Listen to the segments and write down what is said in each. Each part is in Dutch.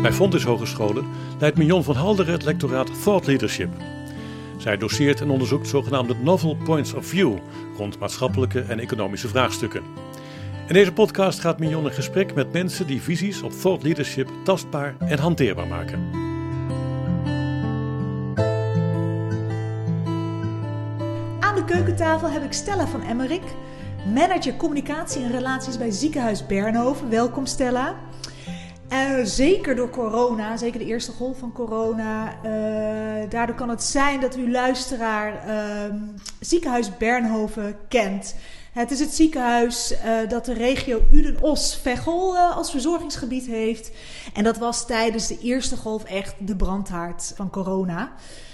Bij Fontys Hogescholen leidt Mignon van Halderen het lectoraat Thought Leadership. Zij doseert en onderzoekt zogenaamde novel points of view rond maatschappelijke en economische vraagstukken. In deze podcast gaat Mignon in gesprek met mensen die visies op thought leadership tastbaar en hanteerbaar maken. Aan de keukentafel heb ik Stella van Emmerik, manager communicatie en relaties bij Ziekenhuis Bernhoven. Welkom Stella. Zeker door corona, zeker de eerste golf van corona, daardoor kan het zijn dat uw luisteraar Ziekenhuis Bernhoven kent. Het is het ziekenhuis dat de regio Uden-Os-Veghel als verzorgingsgebied heeft. En dat was tijdens de eerste golf echt de brandhaard van corona.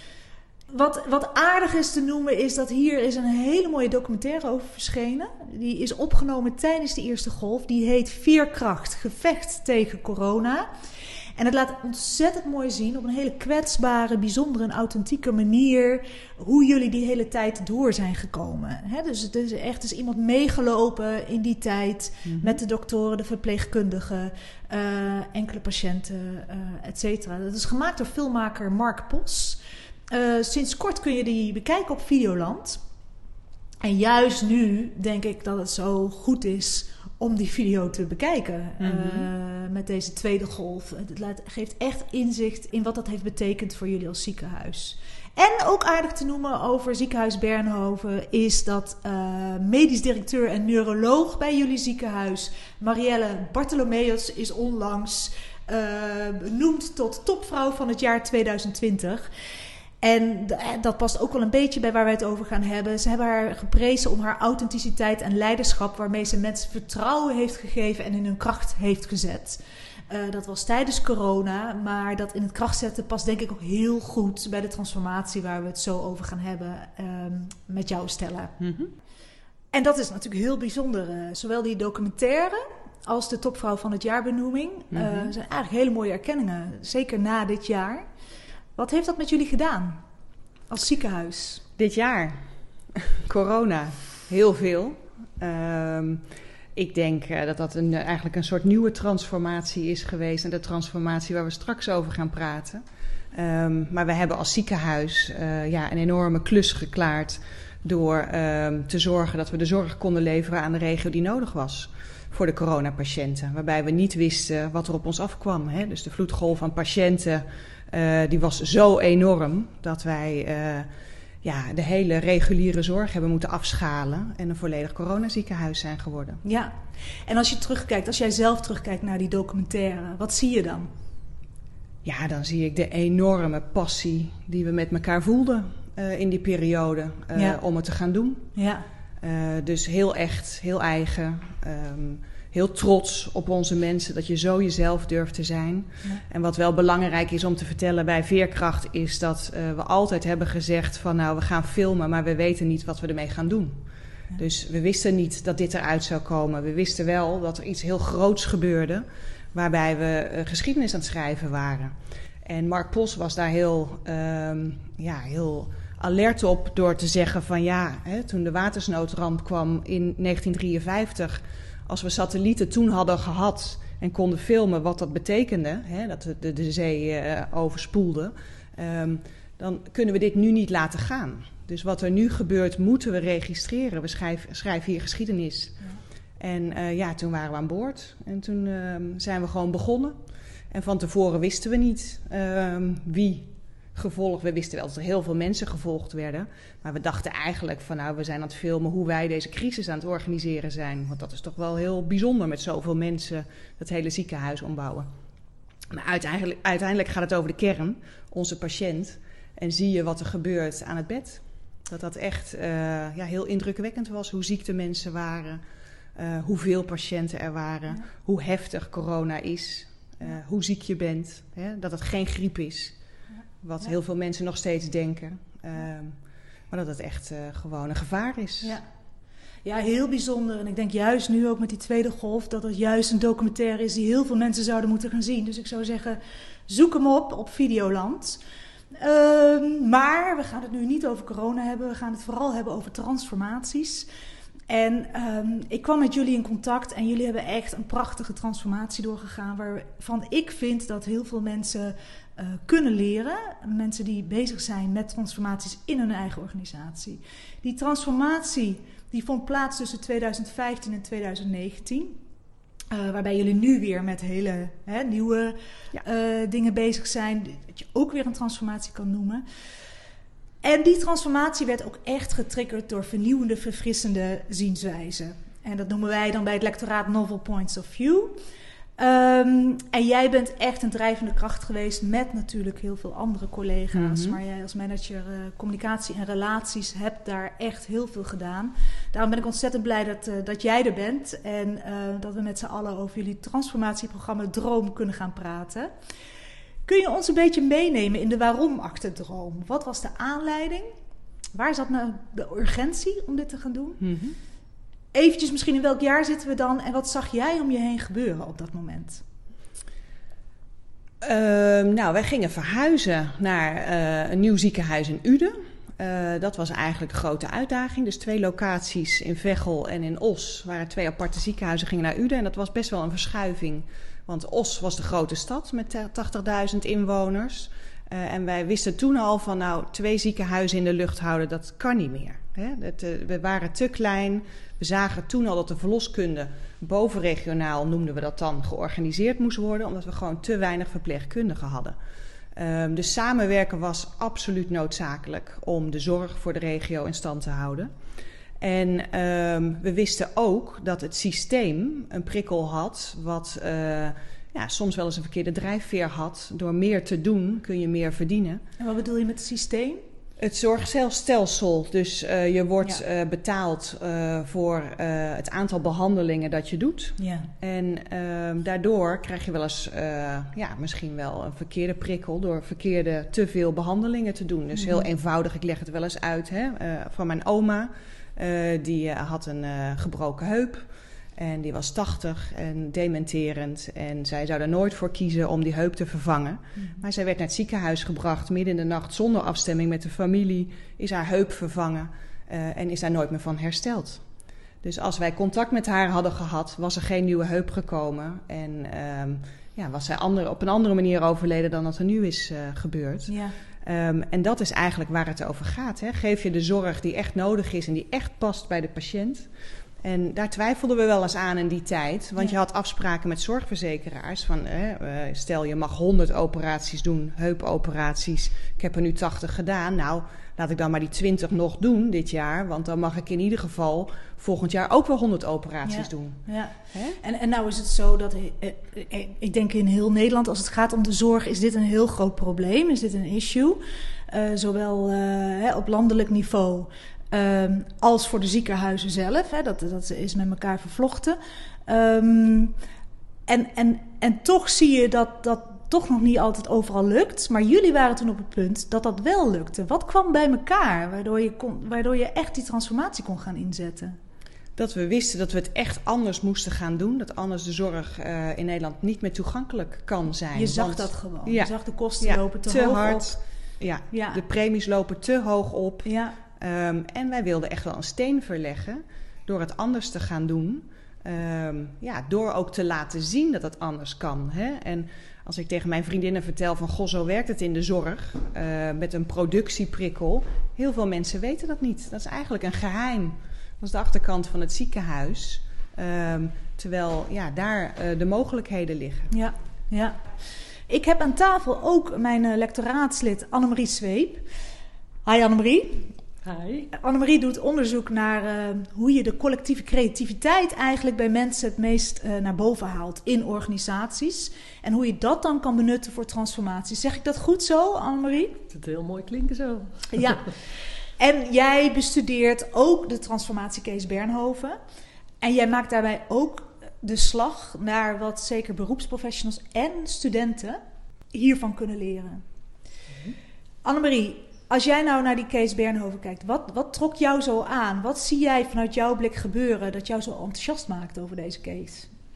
Wat aardig is te noemen is dat hier is een hele mooie documentaire over verschenen. Die is opgenomen tijdens de eerste golf. Die heet Veerkracht, gevecht tegen corona. En het laat ontzettend mooi zien op een hele kwetsbare, bijzondere en authentieke manier hoe jullie die hele tijd door zijn gekomen. Dus het is echt iemand meegelopen in die tijd met de doktoren, de verpleegkundigen, enkele patiënten, et cetera. Dat is gemaakt door filmmaker Mark Pos. Sinds kort kun je die bekijken op Videoland. En juist nu denk ik dat het zo goed is om die video te bekijken. Met deze tweede golf. Het geeft echt inzicht in wat dat heeft betekend voor jullie als ziekenhuis. En ook aardig te noemen over Ziekenhuis Bernhoven is dat medisch directeur en neuroloog bij jullie ziekenhuis, Marielle Bartholomeus, is onlangs benoemd tot topvrouw van het jaar 2020. En dat past ook wel een beetje bij waar wij het over gaan hebben. Ze hebben haar geprezen om haar authenticiteit en leiderschap, waarmee ze mensen vertrouwen heeft gegeven en in hun kracht heeft gezet. Dat was tijdens corona, maar dat in het kracht zetten past denk ik ook heel goed bij de transformatie waar we het zo over gaan hebben met jou, Stella. En dat is natuurlijk heel bijzonder. Zowel die documentaire als de topvrouw van het jaar benoeming zijn eigenlijk hele mooie erkenningen, zeker na dit jaar. Wat heeft dat met jullie gedaan als ziekenhuis? Dit jaar? Corona. Heel veel. Ik denk dat dat eigenlijk een soort nieuwe transformatie is geweest. En de transformatie waar we straks over gaan praten. Maar we hebben als ziekenhuis een enorme klus geklaard door te zorgen dat we de zorg konden leveren aan de regio die nodig was voor de coronapatiënten. Waarbij we niet wisten wat er op ons afkwam. Hè? Dus de vloedgolf aan patiënten die was zo enorm dat wij de hele reguliere zorg hebben moeten afschalen en een volledig coronaziekenhuis zijn geworden. Ja, en als jij zelf terugkijkt naar die documentaire, wat zie je dan? Ja, dan zie ik de enorme passie die we met elkaar voelden in die periode om het te gaan doen. Ja. Dus heel echt, heel eigen. Heel trots op onze mensen, dat je zo jezelf durft te zijn. Ja. En wat wel belangrijk is om te vertellen bij Veerkracht is dat we altijd hebben gezegd van we gaan filmen, maar we weten niet wat we ermee gaan doen. Ja. Dus we wisten niet dat dit eruit zou komen. We wisten wel dat er iets heel groots gebeurde, waarbij we geschiedenis aan het schrijven waren. En Mark Pos was daar heel alert op door te zeggen van toen de watersnoodramp kwam in 1953... Als we satellieten toen hadden gehad en konden filmen wat dat betekende, dat de zee overspoelde, dan kunnen we dit nu niet laten gaan. Dus wat er nu gebeurt, moeten we registreren. We schrijven hier geschiedenis. Ja. En toen waren we aan boord en toen zijn we gewoon begonnen. En van tevoren wisten we niet wie gevolgd. We wisten wel dat er heel veel mensen gevolgd werden. Maar we dachten eigenlijk van we zijn aan het filmen hoe wij deze crisis aan het organiseren zijn. Want dat is toch wel heel bijzonder met zoveel mensen het hele ziekenhuis ombouwen. Maar uiteindelijk gaat het over de kern, onze patiënt. En zie je wat er gebeurt aan het bed. Dat echt heel indrukwekkend was. Hoe ziek de mensen waren. Hoeveel patiënten er waren. Ja. Hoe heftig corona is. Hoe ziek je bent. Dat het geen griep is. Wat heel veel mensen nog steeds denken. Maar dat het echt gewoon een gevaar is. Ja, heel bijzonder. En ik denk juist nu ook met die tweede golf dat het juist een documentaire is die heel veel mensen zouden moeten gaan zien. Dus ik zou zeggen, zoek hem op Videoland. Maar we gaan het nu niet over corona hebben. We gaan het vooral hebben over transformaties. En ik kwam met jullie in contact en jullie hebben echt een prachtige transformatie doorgegaan, waarvan ik vind dat heel veel mensen kunnen leren. Mensen die bezig zijn met transformaties in hun eigen organisatie. Die transformatie die vond plaats tussen 2015 en 2019. Waarbij jullie nu weer met hele nieuwe dingen bezig zijn. Dat je ook weer een transformatie kan noemen. En die transformatie werd ook echt getriggerd door vernieuwende, verfrissende zienswijzen. En dat noemen wij dan bij het lectoraat Novel Points of View. En jij bent echt een drijvende kracht geweest met natuurlijk heel veel andere collega's. Mm-hmm. Maar jij als manager communicatie en relaties hebt daar echt heel veel gedaan. Daarom ben ik ontzettend blij dat jij er bent. En dat we met z'n allen over jullie transformatieprogramma Droom kunnen gaan praten. Kun je ons een beetje meenemen in de waarom achter Droom? Wat was de aanleiding? Waar zat nou de urgentie om dit te gaan doen? Mm-hmm. Eventjes misschien in welk jaar zitten we dan en wat zag jij om je heen gebeuren op dat moment? Wij gingen verhuizen naar een nieuw ziekenhuis in Uden. Dat was eigenlijk een grote uitdaging. Dus 2 locaties in Veghel en in Os waren 2 aparte ziekenhuizen, gingen naar Uden. En dat was best wel een verschuiving. Want Os was de grote stad met 80.000 inwoners. En wij wisten toen al van 2 ziekenhuizen in de lucht houden, dat kan niet meer. We waren te klein. We zagen toen al dat de verloskunde bovenregionaal, noemden we dat dan, georganiseerd moest worden. Omdat we gewoon te weinig verpleegkundigen hadden. Dus samenwerken was absoluut noodzakelijk om de zorg voor de regio in stand te houden. En we wisten ook dat het systeem een prikkel had wat soms wel eens een verkeerde drijfveer had. Door meer te doen kun je meer verdienen. En wat bedoel je met het systeem? Het zorgstelsel. Dus je wordt betaald voor het aantal behandelingen dat je doet. Ja. En daardoor krijg je wel eens misschien wel een verkeerde prikkel door te veel behandelingen te doen. Dus heel eenvoudig, ik leg het wel eens uit van mijn oma. Die had een gebroken heup. En die was 80 en dementerend. En zij zou er nooit voor kiezen om die heup te vervangen. Maar zij werd naar het ziekenhuis gebracht midden in de nacht zonder afstemming met de familie. Is haar heup vervangen en is daar nooit meer van hersteld. Dus als wij contact met haar hadden gehad, was er geen nieuwe heup gekomen. En was zij op een andere manier overleden dan dat er nu is gebeurd. Ja. En dat is eigenlijk waar het over gaat. Hè? Geef je de zorg die echt nodig is en die echt past bij de patiënt. En daar twijfelden we wel eens aan in die tijd. Want je had afspraken met zorgverzekeraars. Van, stel je mag 100 operaties doen, heupoperaties. Ik heb er nu 80 gedaan. Nou, laat ik dan maar die 20 nog doen dit jaar. Want dan mag ik in ieder geval volgend jaar ook wel 100 operaties doen. Ja. En nou is het zo dat ik denk in heel Nederland, als het gaat om de zorg, is dit een heel groot probleem. Is dit een issue? Zowel op landelijk niveau als voor de ziekenhuizen zelf. Dat is met elkaar vervlochten. En toch zie je dat toch nog niet altijd overal lukt. Maar jullie waren toen op het punt dat dat wel lukte. Wat kwam bij elkaar waardoor je echt die transformatie kon gaan inzetten? Dat we wisten dat we het echt anders moesten gaan doen. Dat anders de zorg in Nederland niet meer toegankelijk kan zijn. Je zag dat gewoon. Ja, je zag de kosten lopen te hoog hard op. Ja, de premies lopen te hoog op. Ja. En wij wilden echt wel een steen verleggen door het anders te gaan doen. Door ook te laten zien dat het anders kan. Hè? En als ik tegen mijn vriendinnen vertel van, goh, zo werkt het in de zorg, met een productieprikkel. Heel veel mensen weten dat niet. Dat is eigenlijk een geheim. Dat is de achterkant van het ziekenhuis. Terwijl daar de mogelijkheden liggen. Ja. Ik heb aan tafel ook mijn lectoraatslid Annemarie Zweep. Hi Annemarie. Hi. Annemarie doet onderzoek naar hoe je de collectieve creativiteit eigenlijk bij mensen het meest naar boven haalt in organisaties. En hoe je dat dan kan benutten voor transformaties. Zeg ik dat goed zo, Annemarie? Het heel mooi klinken zo. Ja. En jij bestudeert ook de transformatiecase Bernhoven. En jij maakt daarbij ook de slag naar wat zeker beroepsprofessionals en studenten hiervan kunnen leren. Annemarie, als jij nou naar die case Bernhoven kijkt, wat trok jou zo aan? Wat zie jij vanuit jouw blik gebeuren dat jou zo enthousiast maakt over deze case?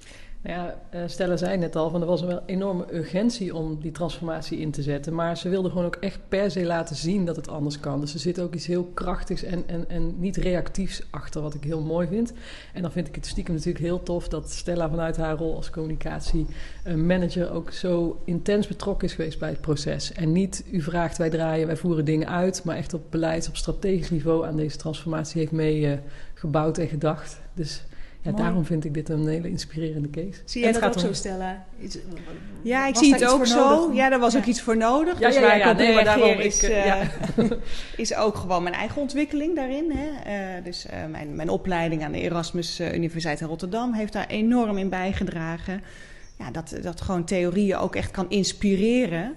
Nou ja, Stella zei net al, van er was een enorme urgentie om die transformatie in te zetten. Maar ze wilde gewoon ook echt per se laten zien dat het anders kan. Dus er zit ook iets heel krachtigs en niet reactiefs achter, wat ik heel mooi vind. En dan vind ik het stiekem natuurlijk heel tof dat Stella vanuit haar rol als communicatiemanager ook zo intens betrokken is geweest bij het proces. En niet u vraagt, wij draaien, wij voeren dingen uit, maar echt op beleids, op strategisch niveau aan deze transformatie heeft mee gebouwd en gedacht. Dus ja, daarom vind ik dit een hele inspirerende case. Zie jij dat ook zo, Stella? Ja, ik zie het ook zo. Ja, daar was ook iets voor nodig. Dus waar ik op reageer is ook gewoon mijn eigen ontwikkeling daarin. Hè. Dus mijn opleiding aan de Erasmus Universiteit in Rotterdam heeft daar enorm in bijgedragen. Ja, dat gewoon theorieën ook echt kan inspireren.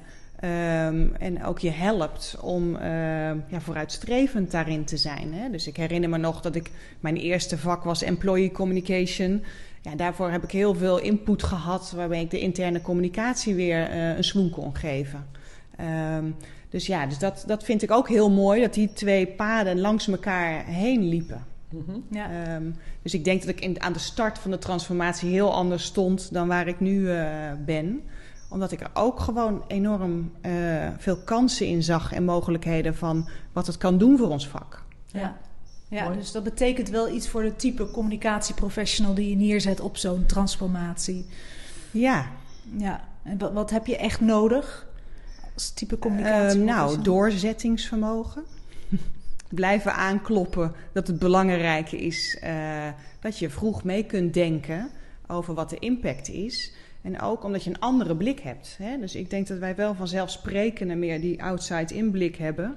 En ook je helpt om vooruitstrevend daarin te zijn. Hè? Dus ik herinner me nog dat mijn eerste vak was Employee Communication. Ja, daarvoor heb ik heel veel input gehad, waarbij ik de interne communicatie weer een swoon kon geven. Dus dat vind ik ook heel mooi, dat die twee paden langs elkaar heen liepen. Mm-hmm. Ja. Dus ik denk dat ik aan de start van de transformatie heel anders stond dan waar ik nu ben. Omdat ik er ook gewoon enorm veel kansen in zag en mogelijkheden van wat het kan doen voor ons vak. Ja, dus dat betekent wel iets voor de type communicatieprofessional die je neerzet op zo'n transformatie. Ja. En wat heb je echt nodig als type communicatieprofessional? Doorzettingsvermogen. Blijven aankloppen dat het belangrijke is dat je vroeg mee kunt denken over wat de impact is. En ook omdat je een andere blik hebt. Hè? Dus ik denk dat wij wel vanzelfsprekend meer die outside-in blik hebben.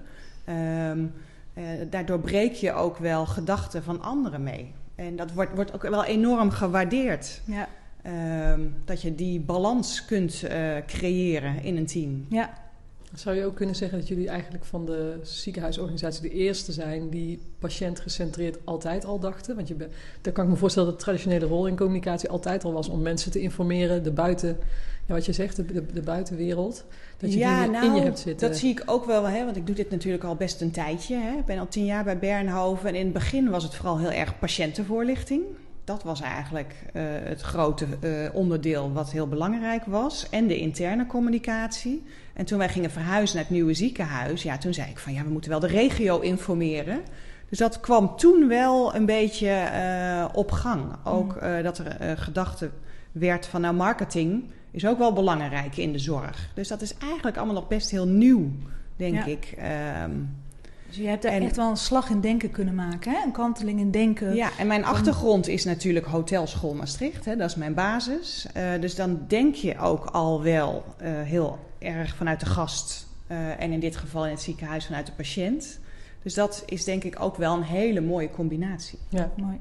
Daardoor breek je ook wel gedachten van anderen mee. En dat wordt ook wel enorm gewaardeerd. Ja. Dat je die balans kunt creëren in een team. Ja. Zou je ook kunnen zeggen dat jullie eigenlijk van de ziekenhuisorganisatie de eerste zijn die patiëntgecentreerd altijd al dachten? Want daar kan ik me voorstellen dat de traditionele rol in communicatie altijd al was om mensen te informeren, wat je zegt, de buitenwereld. Dat je die in je hebt zitten. Dat zie ik ook wel, hè, want ik doe dit natuurlijk al best een tijdje. Hè. Ik ben al 10 jaar bij Bernhoven en in het begin was het vooral heel erg patiëntenvoorlichting. Dat was eigenlijk het grote onderdeel wat heel belangrijk was. En de interne communicatie. En toen wij gingen verhuizen naar het nieuwe ziekenhuis, toen zei ik van we moeten wel de regio informeren. Dus dat kwam toen wel een beetje op gang. Ook dat er gedachte werd van marketing is ook wel belangrijk in de zorg. Dus dat is eigenlijk allemaal nog best heel nieuw, denk ik. Dus je hebt daar echt wel een slag in denken kunnen maken, hè? Een kanteling in denken. Ja, en mijn achtergrond is natuurlijk Hotelschool Maastricht. Hè? Dat is mijn basis. Dus dan denk je ook al wel heel erg vanuit de gast. En in dit geval in het ziekenhuis vanuit de patiënt. Dus dat is denk ik ook wel een hele mooie combinatie. Ja, mooi.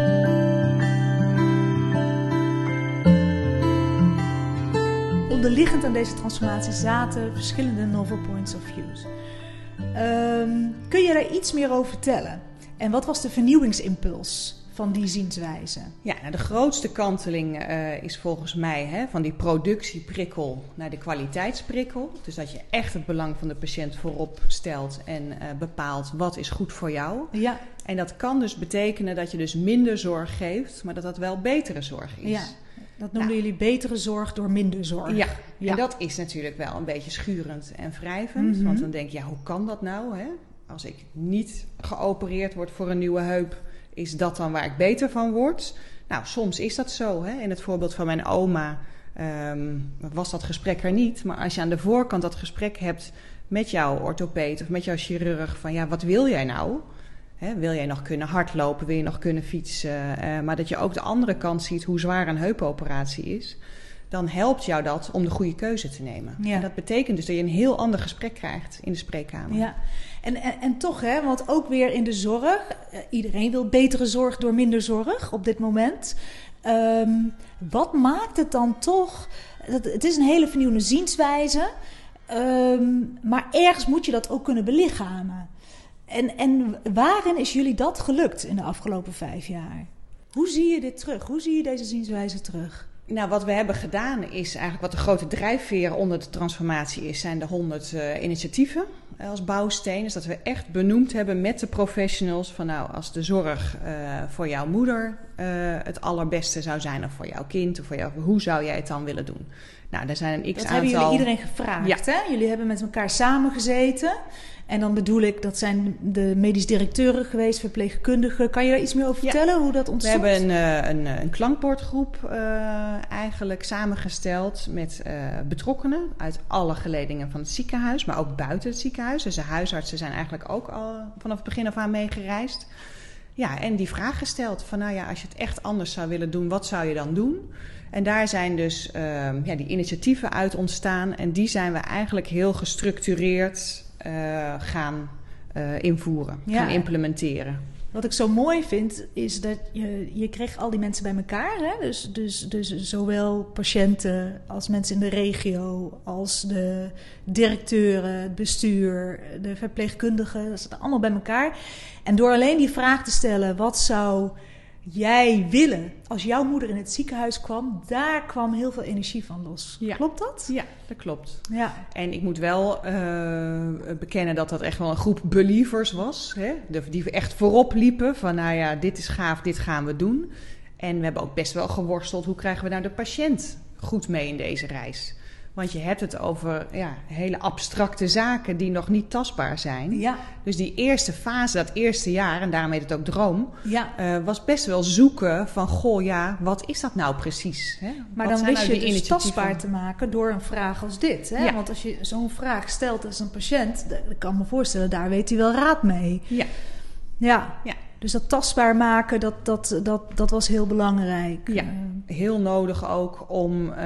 Onderliggend aan deze transformatie zaten verschillende novel points of views. Kun je daar iets meer over vertellen? En wat was de vernieuwingsimpuls van die zienswijze? Ja, de grootste kanteling is volgens mij van die productieprikkel naar de kwaliteitsprikkel. Dus dat je echt het belang van de patiënt voorop stelt en bepaalt wat is goed voor jou. Ja. En dat kan dus betekenen dat je dus minder zorg geeft, maar dat dat wel betere zorg is. Ja. Dat noemden jullie betere zorg door minder zorg. Ja, en dat is natuurlijk wel een beetje schurend en wrijvend. Mm-hmm. Want dan denk je, hoe kan dat nou? Hè? Als ik niet geopereerd word voor een nieuwe heup, is dat dan waar ik beter van word? Nou, soms is dat zo. Hè? In het voorbeeld van mijn oma was dat gesprek er niet. Maar als je aan de voorkant dat gesprek hebt met jouw orthopeed of met jouw chirurg van wat wil jij nou? Wil jij nog kunnen hardlopen, wil je nog kunnen fietsen, maar dat je ook de andere kant ziet hoe zwaar een heupoperatie is, dan helpt jou dat om de goede keuze te nemen. Ja. En dat betekent dus dat je een heel ander gesprek krijgt in de spreekkamer. Ja, en toch, want ook weer in de zorg, iedereen wil betere zorg door minder zorg op dit moment. Wat maakt het dan toch, het is een hele vernieuwende zienswijze, maar ergens moet je dat ook kunnen belichamen. En waarin is jullie dat gelukt in de afgelopen 5 jaar? Hoe zie je dit terug? Hoe zie je deze zienswijze terug? Nou, wat we hebben gedaan is eigenlijk wat de grote drijfveren onder de transformatie is, zijn de 100 initiatieven. als bouwsteen is dat we echt benoemd hebben met de professionals van nou, als de zorg voor jouw moeder het allerbeste zou zijn of voor jouw kind of voor jou, hoe zou jij het dan willen doen? Nou, daar zijn een Dat hebben jullie iedereen gevraagd, hè? Jullie hebben met elkaar samengezeten. En dan bedoel ik, dat zijn de medisch directeuren geweest, verpleegkundigen. Kan je daar iets meer over vertellen, hoe dat ontstond? We hebben een klankbordgroep eigenlijk samengesteld met betrokkenen uit alle geledingen van het ziekenhuis, maar ook buiten het ziekenhuis. Dus de huisartsen zijn eigenlijk ook al vanaf het begin af aan meegereisd. Ja, en die vraag gesteld van nou ja, als je het echt anders zou willen doen, wat zou je dan doen? En daar zijn dus die initiatieven uit ontstaan en die zijn we eigenlijk heel gestructureerd gaan invoeren, gaan implementeren. Wat ik zo mooi vind, is dat je kreeg al die mensen bij elkaar. Hè? Dus zowel patiënten als mensen in de regio, als de directeuren, het bestuur, de verpleegkundigen. Dat zat allemaal bij elkaar. En door alleen die vraag te stellen, wat zou jij willen als jouw moeder in het ziekenhuis kwam, daar kwam heel veel energie van los. Ja. Klopt dat? Ja, dat klopt. Ja. En ik moet wel bekennen dat echt wel een groep believers was. Hè? Die echt voorop liepen van nou ja, dit is gaaf, dit gaan we doen. En we hebben ook best wel geworsteld, hoe krijgen we nou de patiënt goed mee in deze reis? Want je hebt het over hele abstracte zaken die nog niet tastbaar zijn. Ja. Dus die eerste fase, dat eerste jaar, en daarom heet het ook droom, was best wel zoeken van, wat is dat nou precies? Hè? Maar wat dan wist nou je dus tastbaar te maken door een vraag als dit. Hè? Ja. Want als je zo'n vraag stelt als een patiënt, ik kan me voorstellen, daar weet hij wel raad mee. Ja. Dus dat tastbaar maken, dat was heel belangrijk. Ja, heel nodig ook om,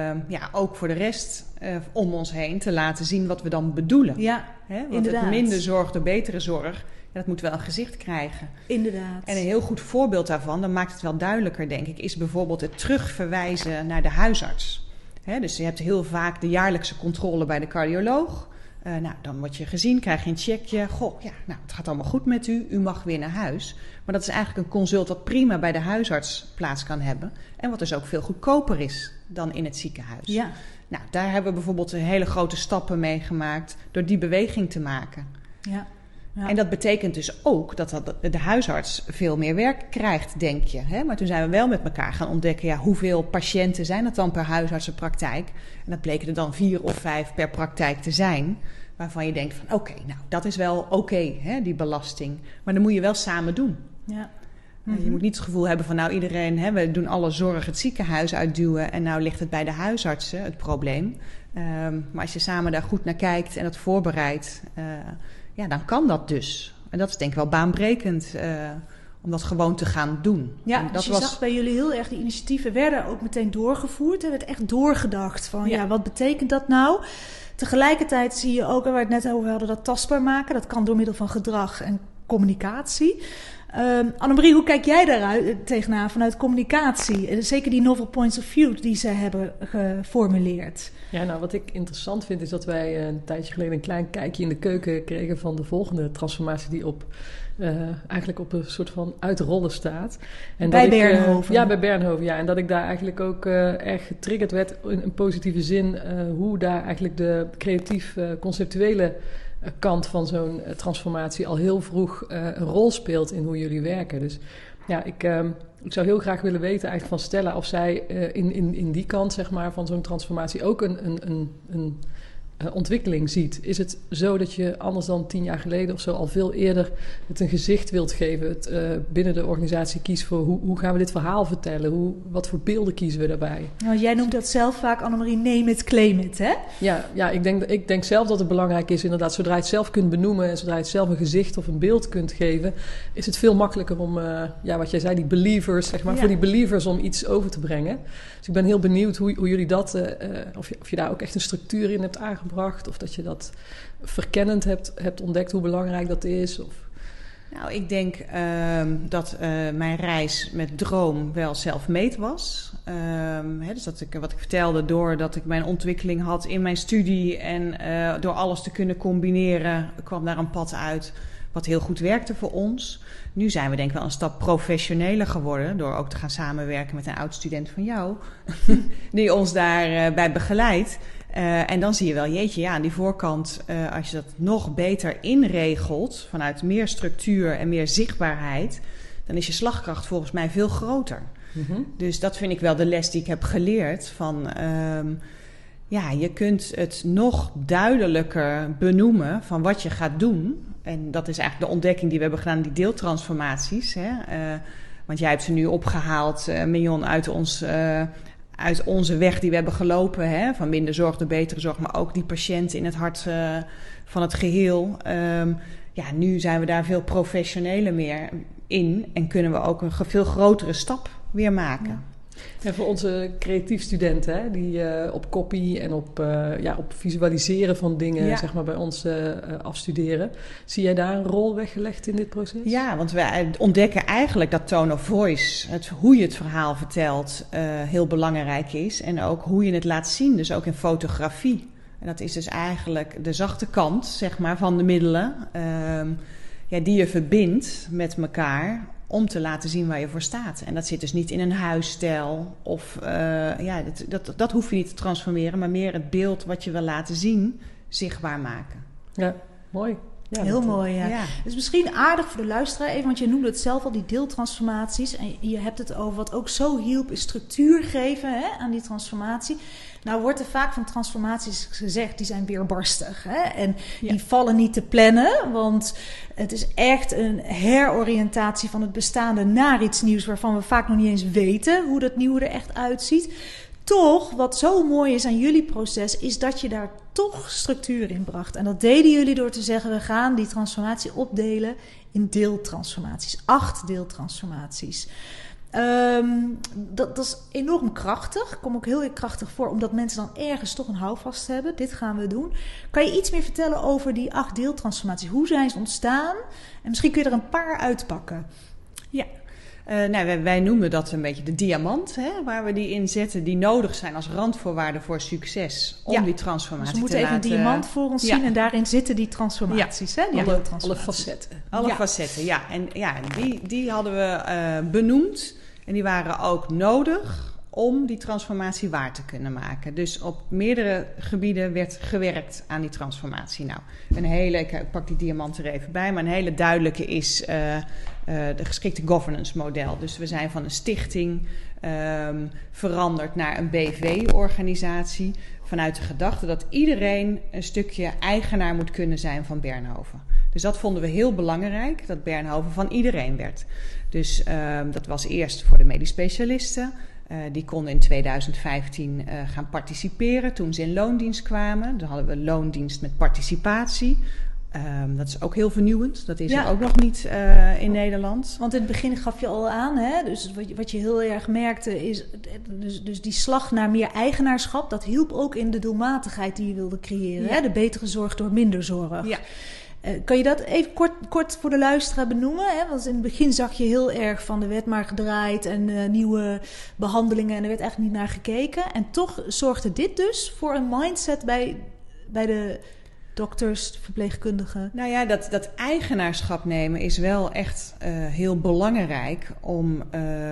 ook voor de rest om ons heen te laten zien wat we dan bedoelen. Ja, want inderdaad. het minder zorg, de betere zorg, dat moet wel een gezicht krijgen. Inderdaad. En een heel goed voorbeeld daarvan, dan maakt het wel duidelijker, denk ik, is bijvoorbeeld het terugverwijzen naar de huisarts. Dus je hebt heel vaak de jaarlijkse controle bij de cardioloog. Dan word je gezien, krijg je een checkje. Het gaat allemaal goed met u. U mag weer naar huis. Maar dat is eigenlijk een consult wat prima bij de huisarts plaats kan hebben. En wat dus ook veel goedkoper is dan in het ziekenhuis. Ja. Nou, daar hebben we bijvoorbeeld hele grote stappen mee gemaakt door die beweging te maken. Ja. Ja. En dat betekent dus ook dat de huisarts veel meer werk krijgt, denk je. Hè? Maar toen zijn we wel met elkaar gaan ontdekken, hoeveel patiënten zijn het dan per huisartsenpraktijk? En dat bleken er dan 4 of 5 per praktijk te zijn. Waarvan je denkt van dat is wel oké, die belasting. Maar dan moet je wel samen doen. Ja. Je moet niet het gevoel hebben van iedereen, we doen alle zorg het ziekenhuis uitduwen en nou ligt het bij de huisartsen, het probleem. Maar als je samen daar goed naar kijkt en het voorbereidt, dan kan dat dus. En dat is denk ik wel baanbrekend om dat gewoon te gaan doen. Ja, dat dus je zag bij jullie heel erg, die initiatieven werden ook meteen doorgevoerd. Er werd echt doorgedacht van wat betekent dat nou? Tegelijkertijd zie je ook, waar we het net over hadden, dat tastbaar maken. Dat kan door middel van gedrag en communicatie. Annemarie, hoe kijk jij daar tegenaan vanuit communicatie? Zeker die novel points of view die ze hebben geformuleerd. Ja, nou wat ik interessant vind is dat wij een tijdje geleden een klein kijkje in de keuken kregen van de volgende transformatie die eigenlijk op een soort van uitrollen staat. En bij Bernhoven? Bij Bernhoven, ja. En dat ik daar eigenlijk ook erg getriggerd werd in een positieve zin hoe daar eigenlijk de creatief-conceptuele kant van zo'n transformatie al heel vroeg een rol speelt in hoe jullie werken. Dus ja, ik zou heel graag willen weten eigenlijk van Stella of zij in die kant zeg maar van zo'n transformatie ook een ontwikkeling ziet. Is het zo dat je anders dan 10 jaar geleden of zo al veel eerder het een gezicht wilt geven, het binnen de organisatie kiest voor hoe gaan we dit verhaal vertellen? Wat voor beelden kiezen we daarbij? Nou, jij noemt dat zelf vaak, Annemarie, name it, claim it, hè? Ja, ik denk zelf dat het belangrijk is inderdaad, zodra je het zelf kunt benoemen en zodra je het zelf een gezicht of een beeld kunt geven, is het veel makkelijker om, wat jij zei, die believers, zeg maar, voor die believers om iets over te brengen. Dus ik ben heel benieuwd hoe jullie dat, of je daar ook echt een structuur in hebt aangebracht, of dat je dat verkennend hebt ontdekt, hoe belangrijk dat is? Of... Nou, ik denk dat mijn reis met Droom wel self-made was. Dus wat ik vertelde, doordat ik mijn ontwikkeling had in mijn studie en door alles te kunnen combineren, kwam daar een pad uit wat heel goed werkte voor ons. Nu zijn we denk ik wel een stap professioneler geworden door ook te gaan samenwerken met een oud-student van jou, die ons daarbij begeleidt. En dan zie je wel, jeetje, aan die voorkant, als je dat nog beter inregelt, vanuit meer structuur en meer zichtbaarheid, dan is je slagkracht volgens mij veel groter. Mm-hmm. Dus dat vind ik wel de les die ik heb geleerd van... je kunt het nog duidelijker benoemen van wat je gaat doen. En dat is eigenlijk de ontdekking die we hebben gedaan, die deeltransformaties. Hè? Want jij hebt ze nu opgehaald, Mignon, uit onze weg die we hebben gelopen. Hè? Van minder zorg, de betere zorg, maar ook die patiënt in het hart van het geheel. Nu zijn we daar veel professioneler meer in en kunnen we ook een veel grotere stap weer maken. Ja. En voor onze creatief studenten, hè, die op copy en op visualiseren van dingen zeg maar, bij ons afstuderen. Zie jij daar een rol weggelegd in dit proces? Ja, want wij ontdekken eigenlijk dat tone of voice, hoe je het verhaal vertelt, heel belangrijk is. En ook hoe je het laat zien, dus ook in fotografie. En dat is dus eigenlijk de zachte kant, zeg maar, van de middelen die je verbindt met elkaar om te laten zien waar je voor staat. En dat zit dus niet in een huisstijl of dat hoef je niet te transformeren, maar meer het beeld wat je wil laten zien zichtbaar maken. Ja, mooi. Ja, heel mooi, ja. Het is misschien aardig voor de luisteraar even, want je noemde het zelf al, die deeltransformaties. En je hebt het over wat ook zo hielp, is structuur geven aan die transformatie. Nou wordt er vaak van transformaties gezegd, die zijn weerbarstig. Hè? En die vallen niet te plannen, want het is echt een heroriëntatie van het bestaande naar iets nieuws, waarvan we vaak nog niet eens weten hoe dat nieuwe er echt uitziet. Toch, wat zo mooi is aan jullie proces, is dat je daar toch structuur in bracht. En dat deden jullie door te zeggen, we gaan die transformatie opdelen in deeltransformaties. 8 deeltransformaties. Dat is enorm krachtig. Kom ook heel erg krachtig voor, omdat mensen dan ergens toch een houvast hebben. Dit gaan we doen. Kan je iets meer vertellen over die 8 deeltransformaties? Hoe zijn ze ontstaan? En misschien kun je er een paar uitpakken. Ja. Wij noemen dat een beetje de diamant, hè, waar we die in zetten, die nodig zijn als randvoorwaarden voor succes om die transformatie te laten... Dus we moeten even een diamant voor ons zien en daarin zitten die transformaties. Ja. Hè? Alle facetten. Alle facetten, ja. En die hadden we benoemd en die waren ook nodig om die transformatie waar te kunnen maken. Dus op meerdere gebieden werd gewerkt aan die transformatie. Nou, ik pak die diamant er even bij, maar een hele duidelijke is de geschikte governance model. Dus we zijn van een stichting veranderd naar een BV-organisatie vanuit de gedachte dat iedereen een stukje eigenaar moet kunnen zijn van Bernhoven. Dus dat vonden we heel belangrijk, dat Bernhoven van iedereen werd. Dus dat was eerst voor de medisch specialisten. Die konden in 2015 gaan participeren toen ze in loondienst kwamen. Dan hadden we loondienst met participatie. Dat is ook heel vernieuwend. Dat is er ook nog niet in Nederland. Want in het begin gaf je al aan, hè? Dus wat je heel erg merkte is... Dus die slag naar meer eigenaarschap, dat hielp ook in de doelmatigheid die je wilde creëren. Ja. Hè? De betere zorg door minder zorg. Ja. Kan je dat even kort voor de luisteraar benoemen? Hè? Want in het begin zag je heel erg van de werd maar gedraaid en nieuwe behandelingen en er werd eigenlijk niet naar gekeken. En toch zorgde dit dus voor een mindset bij de dokters, verpleegkundigen. Nou ja, dat eigenaarschap nemen is wel echt heel belangrijk om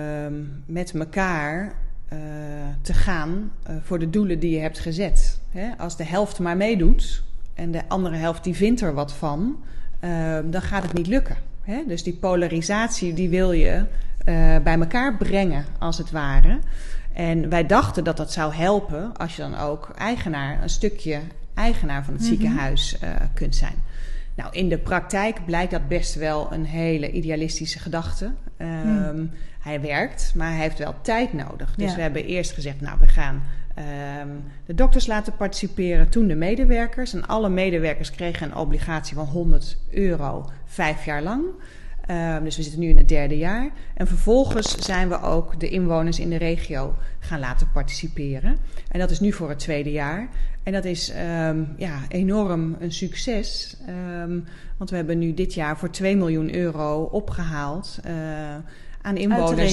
met elkaar te gaan voor de doelen die je hebt gezet. Hè? Als de helft maar meedoet en de andere helft die vindt er wat van, dan gaat het niet lukken. Hè? Dus die polarisatie die wil je bij elkaar brengen, als het ware. En wij dachten dat dat zou helpen als je dan ook een stukje eigenaar van het ziekenhuis kunt zijn. Nou, in de praktijk blijkt dat best wel een hele idealistische gedachte. Hij werkt, maar hij heeft wel tijd nodig. Dus we hebben eerst gezegd, we gaan de dokters laten participeren, toen de medewerkers. En alle medewerkers kregen een obligatie van €100 5 jaar lang. Dus we zitten nu in het 3e jaar. En vervolgens zijn we ook de inwoners in de regio gaan laten participeren. En dat is nu voor het 2e jaar. En dat is enorm een succes. Want we hebben nu dit jaar voor €2 miljoen opgehaald aan inwoners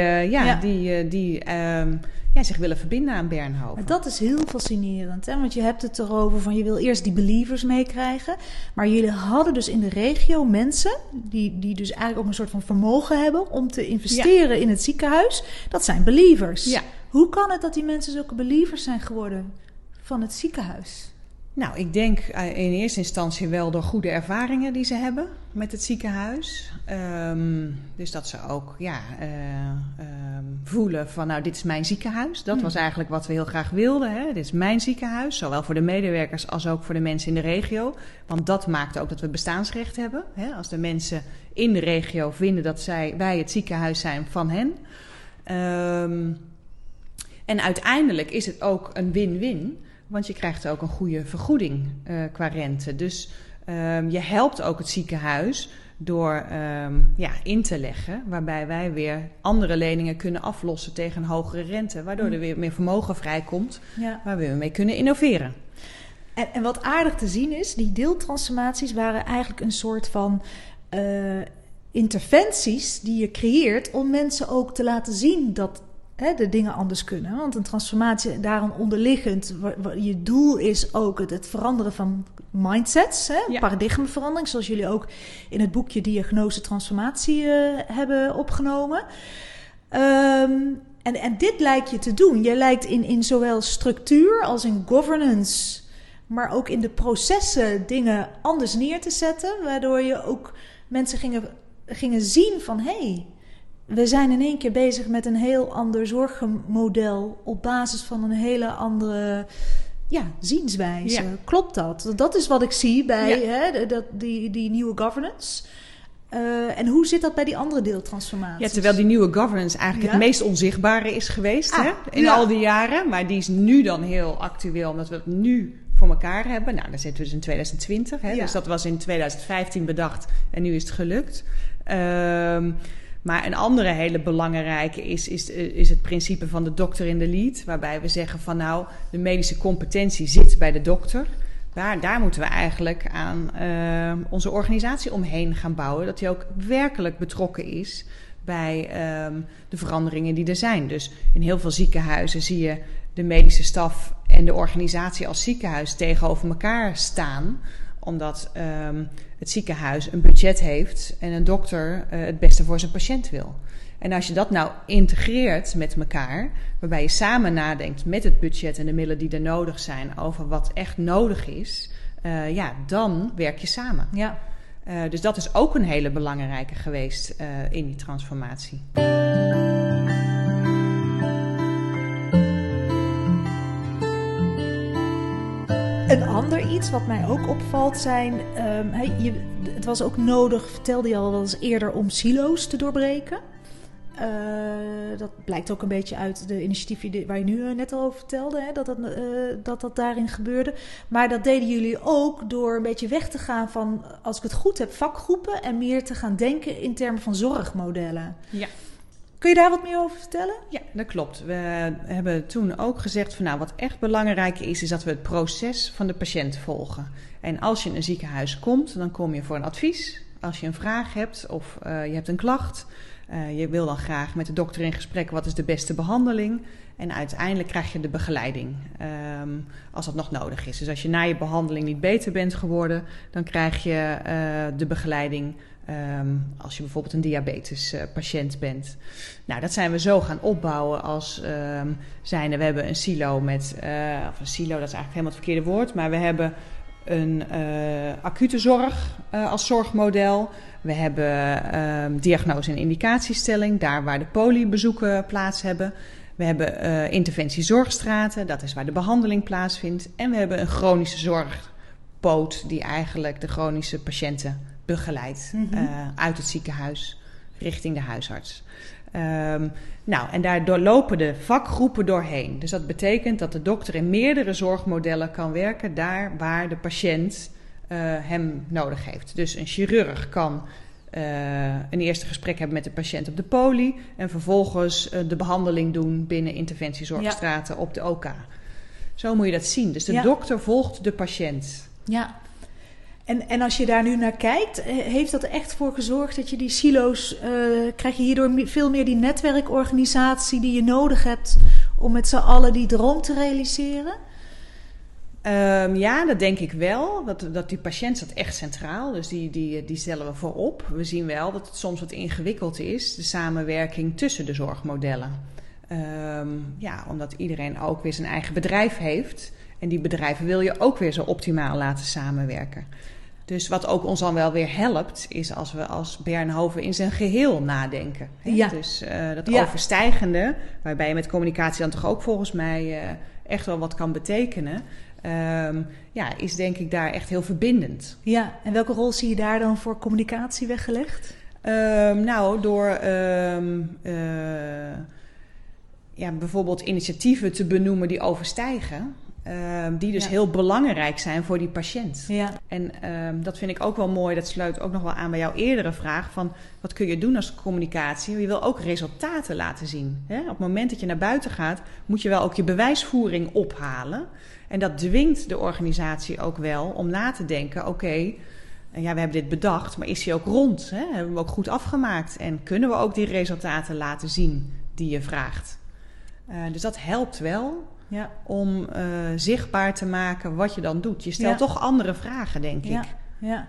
die zich willen verbinden aan Bernhoven. Maar dat is heel fascinerend, hè? Want je hebt het erover van je wil eerst die believers meekrijgen. Maar jullie hadden dus in de regio mensen die dus eigenlijk ook een soort van vermogen hebben om te investeren in het ziekenhuis. Dat zijn believers. Ja. Hoe kan het dat die mensen zulke believers zijn geworden van het ziekenhuis? Nou, ik denk in eerste instantie wel door goede ervaringen die ze hebben met het ziekenhuis. Dus dat ze ook voelen van, nou, dit is mijn ziekenhuis. Dat was eigenlijk wat we heel graag wilden. Hè? Dit is mijn ziekenhuis, zowel voor de medewerkers als ook voor de mensen in de regio. Want dat maakt ook dat we bestaansrecht hebben. Hè? Als de mensen in de regio vinden dat wij het ziekenhuis zijn van hen. En uiteindelijk is het ook een win-win. Want je krijgt ook een goede vergoeding qua rente. Dus je helpt ook het ziekenhuis door in te leggen. Waarbij wij weer andere leningen kunnen aflossen tegen een hogere rente. Waardoor er weer meer vermogen vrijkomt. Ja. Waar we mee kunnen innoveren. En wat aardig te zien is, die deeltransformaties waren eigenlijk een soort van interventies die je creëert om mensen ook te laten zien dat de dingen anders kunnen. Want een transformatie, daarom onderliggend, je doel is ook het veranderen van mindsets, paradigmaverandering, zoals jullie ook in het boekje Diagnose Transformatie hebben opgenomen. En dit lijkt je te doen. Je lijkt in zowel structuur als in governance, maar ook in de processen dingen anders neer te zetten, waardoor je ook mensen gingen zien van, hey, we zijn in één keer bezig met een heel ander zorgmodel op basis van een hele andere zienswijze. Ja. Klopt dat? Dat is wat ik zie bij die nieuwe governance. En hoe zit dat bij die andere deeltransformaties? Ja, terwijl die nieuwe governance eigenlijk het meest onzichtbare is geweest in al die jaren. Maar die is nu dan heel actueel, omdat we het nu voor elkaar hebben. Nou, dan zitten we dus in 2020. Hè? Ja. Dus dat was in 2015 bedacht en nu is het gelukt. Maar een andere hele belangrijke is het principe van de dokter in de lead. Waarbij we zeggen van, nou, de medische competentie zit bij de dokter. Daar moeten we eigenlijk aan onze organisatie omheen gaan bouwen. Dat hij ook werkelijk betrokken is bij de veranderingen die er zijn. Dus in heel veel ziekenhuizen zie je de medische staf en de organisatie als ziekenhuis tegenover elkaar staan. Omdat het ziekenhuis een budget heeft en een dokter het beste voor zijn patiënt wil. En als je dat nou integreert met elkaar, waarbij je samen nadenkt met het budget en de middelen die er nodig zijn over wat echt nodig is, dan werk je samen. Ja. Dus dat is ook een hele belangrijke geweest in die transformatie. Een ander iets wat mij ook opvalt zijn, het was ook nodig, vertelde je al wel eens eerder, om silo's te doorbreken. Dat blijkt ook een beetje uit de initiatieven waar je nu net al over vertelde, dat daarin gebeurde. Maar dat deden jullie ook door een beetje weg te gaan van, als ik het goed heb, vakgroepen en meer te gaan denken in termen van zorgmodellen. Ja. Kun je daar wat meer over vertellen? Ja, dat klopt. We hebben toen ook gezegd van, nou, wat echt belangrijk is dat we het proces van de patiënt volgen. En als je in een ziekenhuis komt, dan kom je voor een advies. Als je een vraag hebt of je hebt een klacht, je wil dan graag met de dokter in gesprek, wat is de beste behandeling? En uiteindelijk krijg je de begeleiding als dat nog nodig is. Dus als je na je behandeling niet beter bent geworden, dan krijg je de begeleiding als je bijvoorbeeld een diabetespatiënt bent. Nou, dat zijn we zo gaan opbouwen als zijnde. We hebben een silo met, of een silo, dat is eigenlijk helemaal het verkeerde woord, maar we hebben een acute zorg als zorgmodel. We hebben diagnose- en indicatiestelling, daar waar de polybezoeken plaats hebben. We hebben interventiezorgstraten, dat is waar de behandeling plaatsvindt. En we hebben een chronische zorgpoot die eigenlijk de chronische patiënten begeleidt uit het ziekenhuis richting de huisarts. En daar doorlopen de vakgroepen doorheen. Dus dat betekent dat de dokter in meerdere zorgmodellen kan werken daar waar de patiënt hem nodig heeft. Dus een chirurg kan een eerste gesprek hebben met de patiënt op de poli en vervolgens de behandeling doen binnen interventiezorgstraten op de OK. Zo moet je dat zien. Dus de dokter volgt de patiënt. Ja. En als je daar nu naar kijkt, heeft dat er echt voor gezorgd dat je die silo's, krijg je hierdoor veel meer die netwerkorganisatie die je nodig hebt om met z'n allen die droom te realiseren? Ja, dat denk ik wel. Dat die patiënt staat echt centraal. Dus die stellen we voorop. We zien wel dat het soms wat ingewikkeld is, de samenwerking tussen de zorgmodellen. Omdat iedereen ook weer zijn eigen bedrijf heeft. En die bedrijven wil je ook weer zo optimaal laten samenwerken. Dus wat ook ons dan wel weer helpt, is als we als Bernhoven in zijn geheel nadenken. Hè? Ja. Dus dat overstijgende, waarbij je met communicatie dan toch ook volgens mij echt wel wat kan betekenen, is denk ik daar echt heel verbindend. Ja, en welke rol zie je daar dan voor communicatie weggelegd? Door bijvoorbeeld initiatieven te benoemen die overstijgen. Die dus heel belangrijk zijn voor die patiënt. Ja. En dat vind ik ook wel mooi. Dat sluit ook nog wel aan bij jouw eerdere vraag van wat kun je doen als communicatie? Je wil ook resultaten laten zien. Hè? Op het moment dat je naar buiten gaat, moet je wel ook je bewijsvoering ophalen. En dat dwingt de organisatie ook wel om na te denken, oké, we hebben dit bedacht, maar is die ook rond? Hè? Hebben we hem ook goed afgemaakt? En kunnen we ook die resultaten laten zien die je vraagt? Dus dat helpt wel. Ja. Om zichtbaar te maken wat je dan doet. Je stelt toch andere vragen, denk ik. Ja.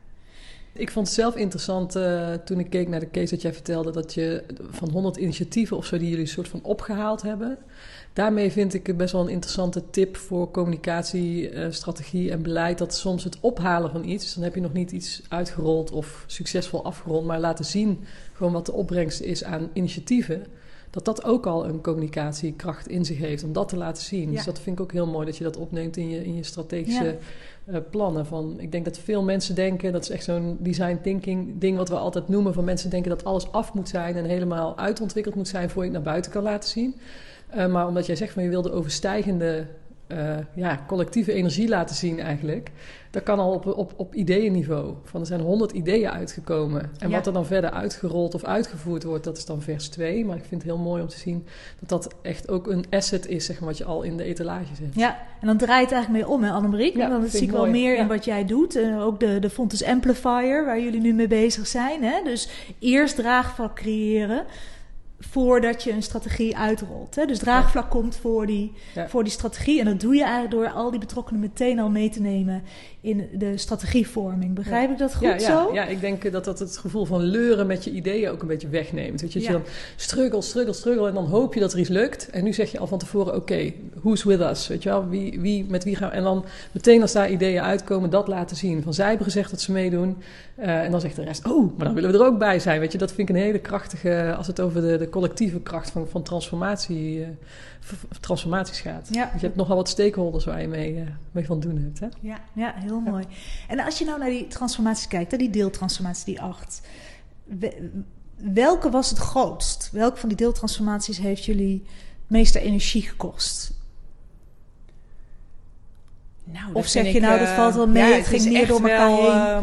Ik vond het zelf interessant toen ik keek naar de case dat jij vertelde, dat je van 100 initiatieven of zo die jullie een soort van opgehaald hebben. Daarmee vind ik het best wel een interessante tip voor communicatie, strategie en beleid. Dat soms het ophalen van iets, dan heb je nog niet iets uitgerold of succesvol afgerond, maar laten zien gewoon wat de opbrengst is aan initiatieven. Dat ook al een communicatiekracht in zich heeft om dat te laten zien. Ja. Dus dat vind ik ook heel mooi dat je dat opneemt in je strategische plannen. Ik denk dat veel mensen denken, dat is echt zo'n design thinking ding wat we altijd noemen, van mensen denken dat alles af moet zijn en helemaal uitontwikkeld moet zijn voor je het naar buiten kan laten zien. Maar omdat jij zegt van je wil de overstijgende collectieve energie laten zien eigenlijk. Dat kan al op ideeënniveau. Er zijn 100 ideeën uitgekomen. En wat er dan verder uitgerold of uitgevoerd wordt, dat is dan vers 2. Maar ik vind het heel mooi om te zien dat echt ook een asset is, zeg maar, wat je al in de etalage zet. Ja, en dan draait het eigenlijk mee om, hè, Annemarie? Ja, dan zie ik wel meer in wat jij doet. Ook de Fontes Amplifier, waar jullie nu mee bezig zijn. Hè? Dus eerst draagvlak creëren voordat je een strategie uitrolt. Hè? Dus draagvlak komt voor die strategie. En dat doe je eigenlijk door al die betrokkenen meteen al mee te nemen in de strategievorming. Begrijp ik dat goed zo? Ja, ik denk dat het gevoel van leuren met je ideeën ook een beetje wegneemt. Weet je, dat je dan struggle en dan hoop je dat er iets lukt. En nu zeg je al van tevoren, oké, who's with us? Weet je wel, met wie gaan we? En dan meteen als daar ideeën uitkomen, dat laten zien. Van zij hebben gezegd dat ze meedoen. En dan zegt de rest, maar dan willen we er ook bij zijn. Weet je, dat vind ik een hele krachtige, als het over de collectieve kracht van transformaties gaat. Ja. Want je hebt nogal wat stakeholders waar je mee van doen hebt. Hè? Ja, heel mooi. En als je nou naar die transformaties kijkt, die deeltransformaties, die 8. Welke was het grootst? Welke van die deeltransformaties heeft jullie het meeste energie gekost? Nou, of zeg je dat valt wel mee, het ging meer door elkaar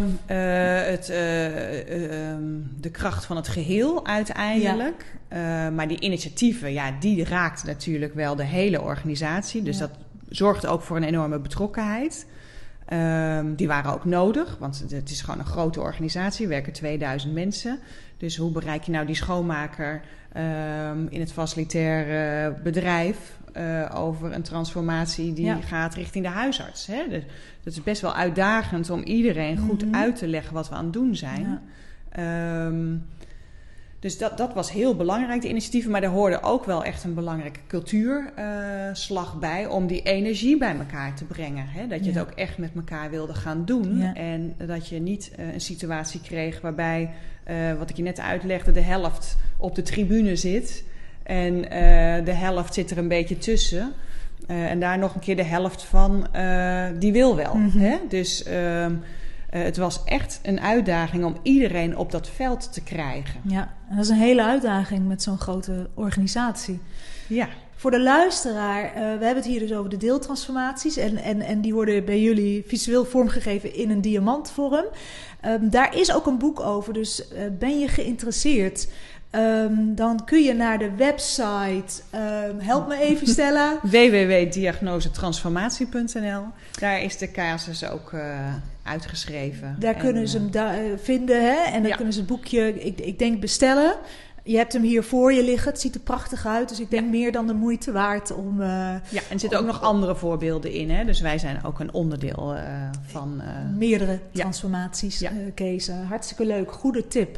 heen? De kracht van het geheel uiteindelijk. Ja. Maar die initiatieven, die raakt natuurlijk wel de hele organisatie. Dus dat zorgt ook voor een enorme betrokkenheid. Die waren ook nodig, want het is gewoon een grote organisatie. Er werken 2000 mensen. Dus hoe bereik je nou die schoonmaker in het facilitair bedrijf over een transformatie die gaat richting de huisarts? Hè? Dat is best wel uitdagend om iedereen goed uit te leggen wat we aan het doen zijn. Ja. Dus dat was heel belangrijk, de initiatieven. Maar daar hoorde ook wel echt een belangrijke cultuurslag bij om die energie bij elkaar te brengen. Hè? Dat je het ook echt met elkaar wilde gaan doen. Ja. En dat je niet een situatie kreeg waarbij, wat ik je net uitlegde, de helft op de tribune zit. En de helft zit er een beetje tussen. En daar nog een keer de helft van, die wil wel. Hè? Dus het was echt een uitdaging om iedereen op dat veld te krijgen. Ja, en dat is een hele uitdaging met zo'n grote organisatie. Ja. Voor de luisteraar, we hebben het hier dus over de deeltransformaties. En die worden bij jullie visueel vormgegeven in een diamantvorm. Daar is ook een boek over, dus ben je geïnteresseerd? Dan kun je naar de website, help me even Stella. www.diagnosetransformatie.nl. Daar is de casus ook uitgeschreven. Daar kunnen ze hem vinden, hè? En dan kunnen ze het boekje, ik denk, bestellen. Je hebt hem hier voor je liggen. Het ziet er prachtig uit. Dus ik denk meer dan de moeite waard om... en er zitten ook nog andere voorbeelden in. Hè? Dus wij zijn ook een onderdeel van... meerdere transformaties, Kees. Hartstikke leuk. Goede tip.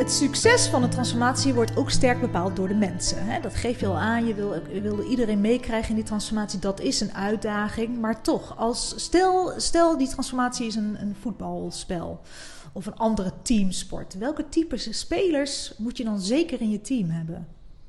Het succes van de transformatie wordt ook sterk bepaald door de mensen. Hè? Dat geef je al aan. Je wil iedereen meekrijgen in die transformatie. Dat is een uitdaging. Maar toch, stel die transformatie is een voetbalspel of een andere teamsport. Welke types spelers moet je dan zeker in je team hebben?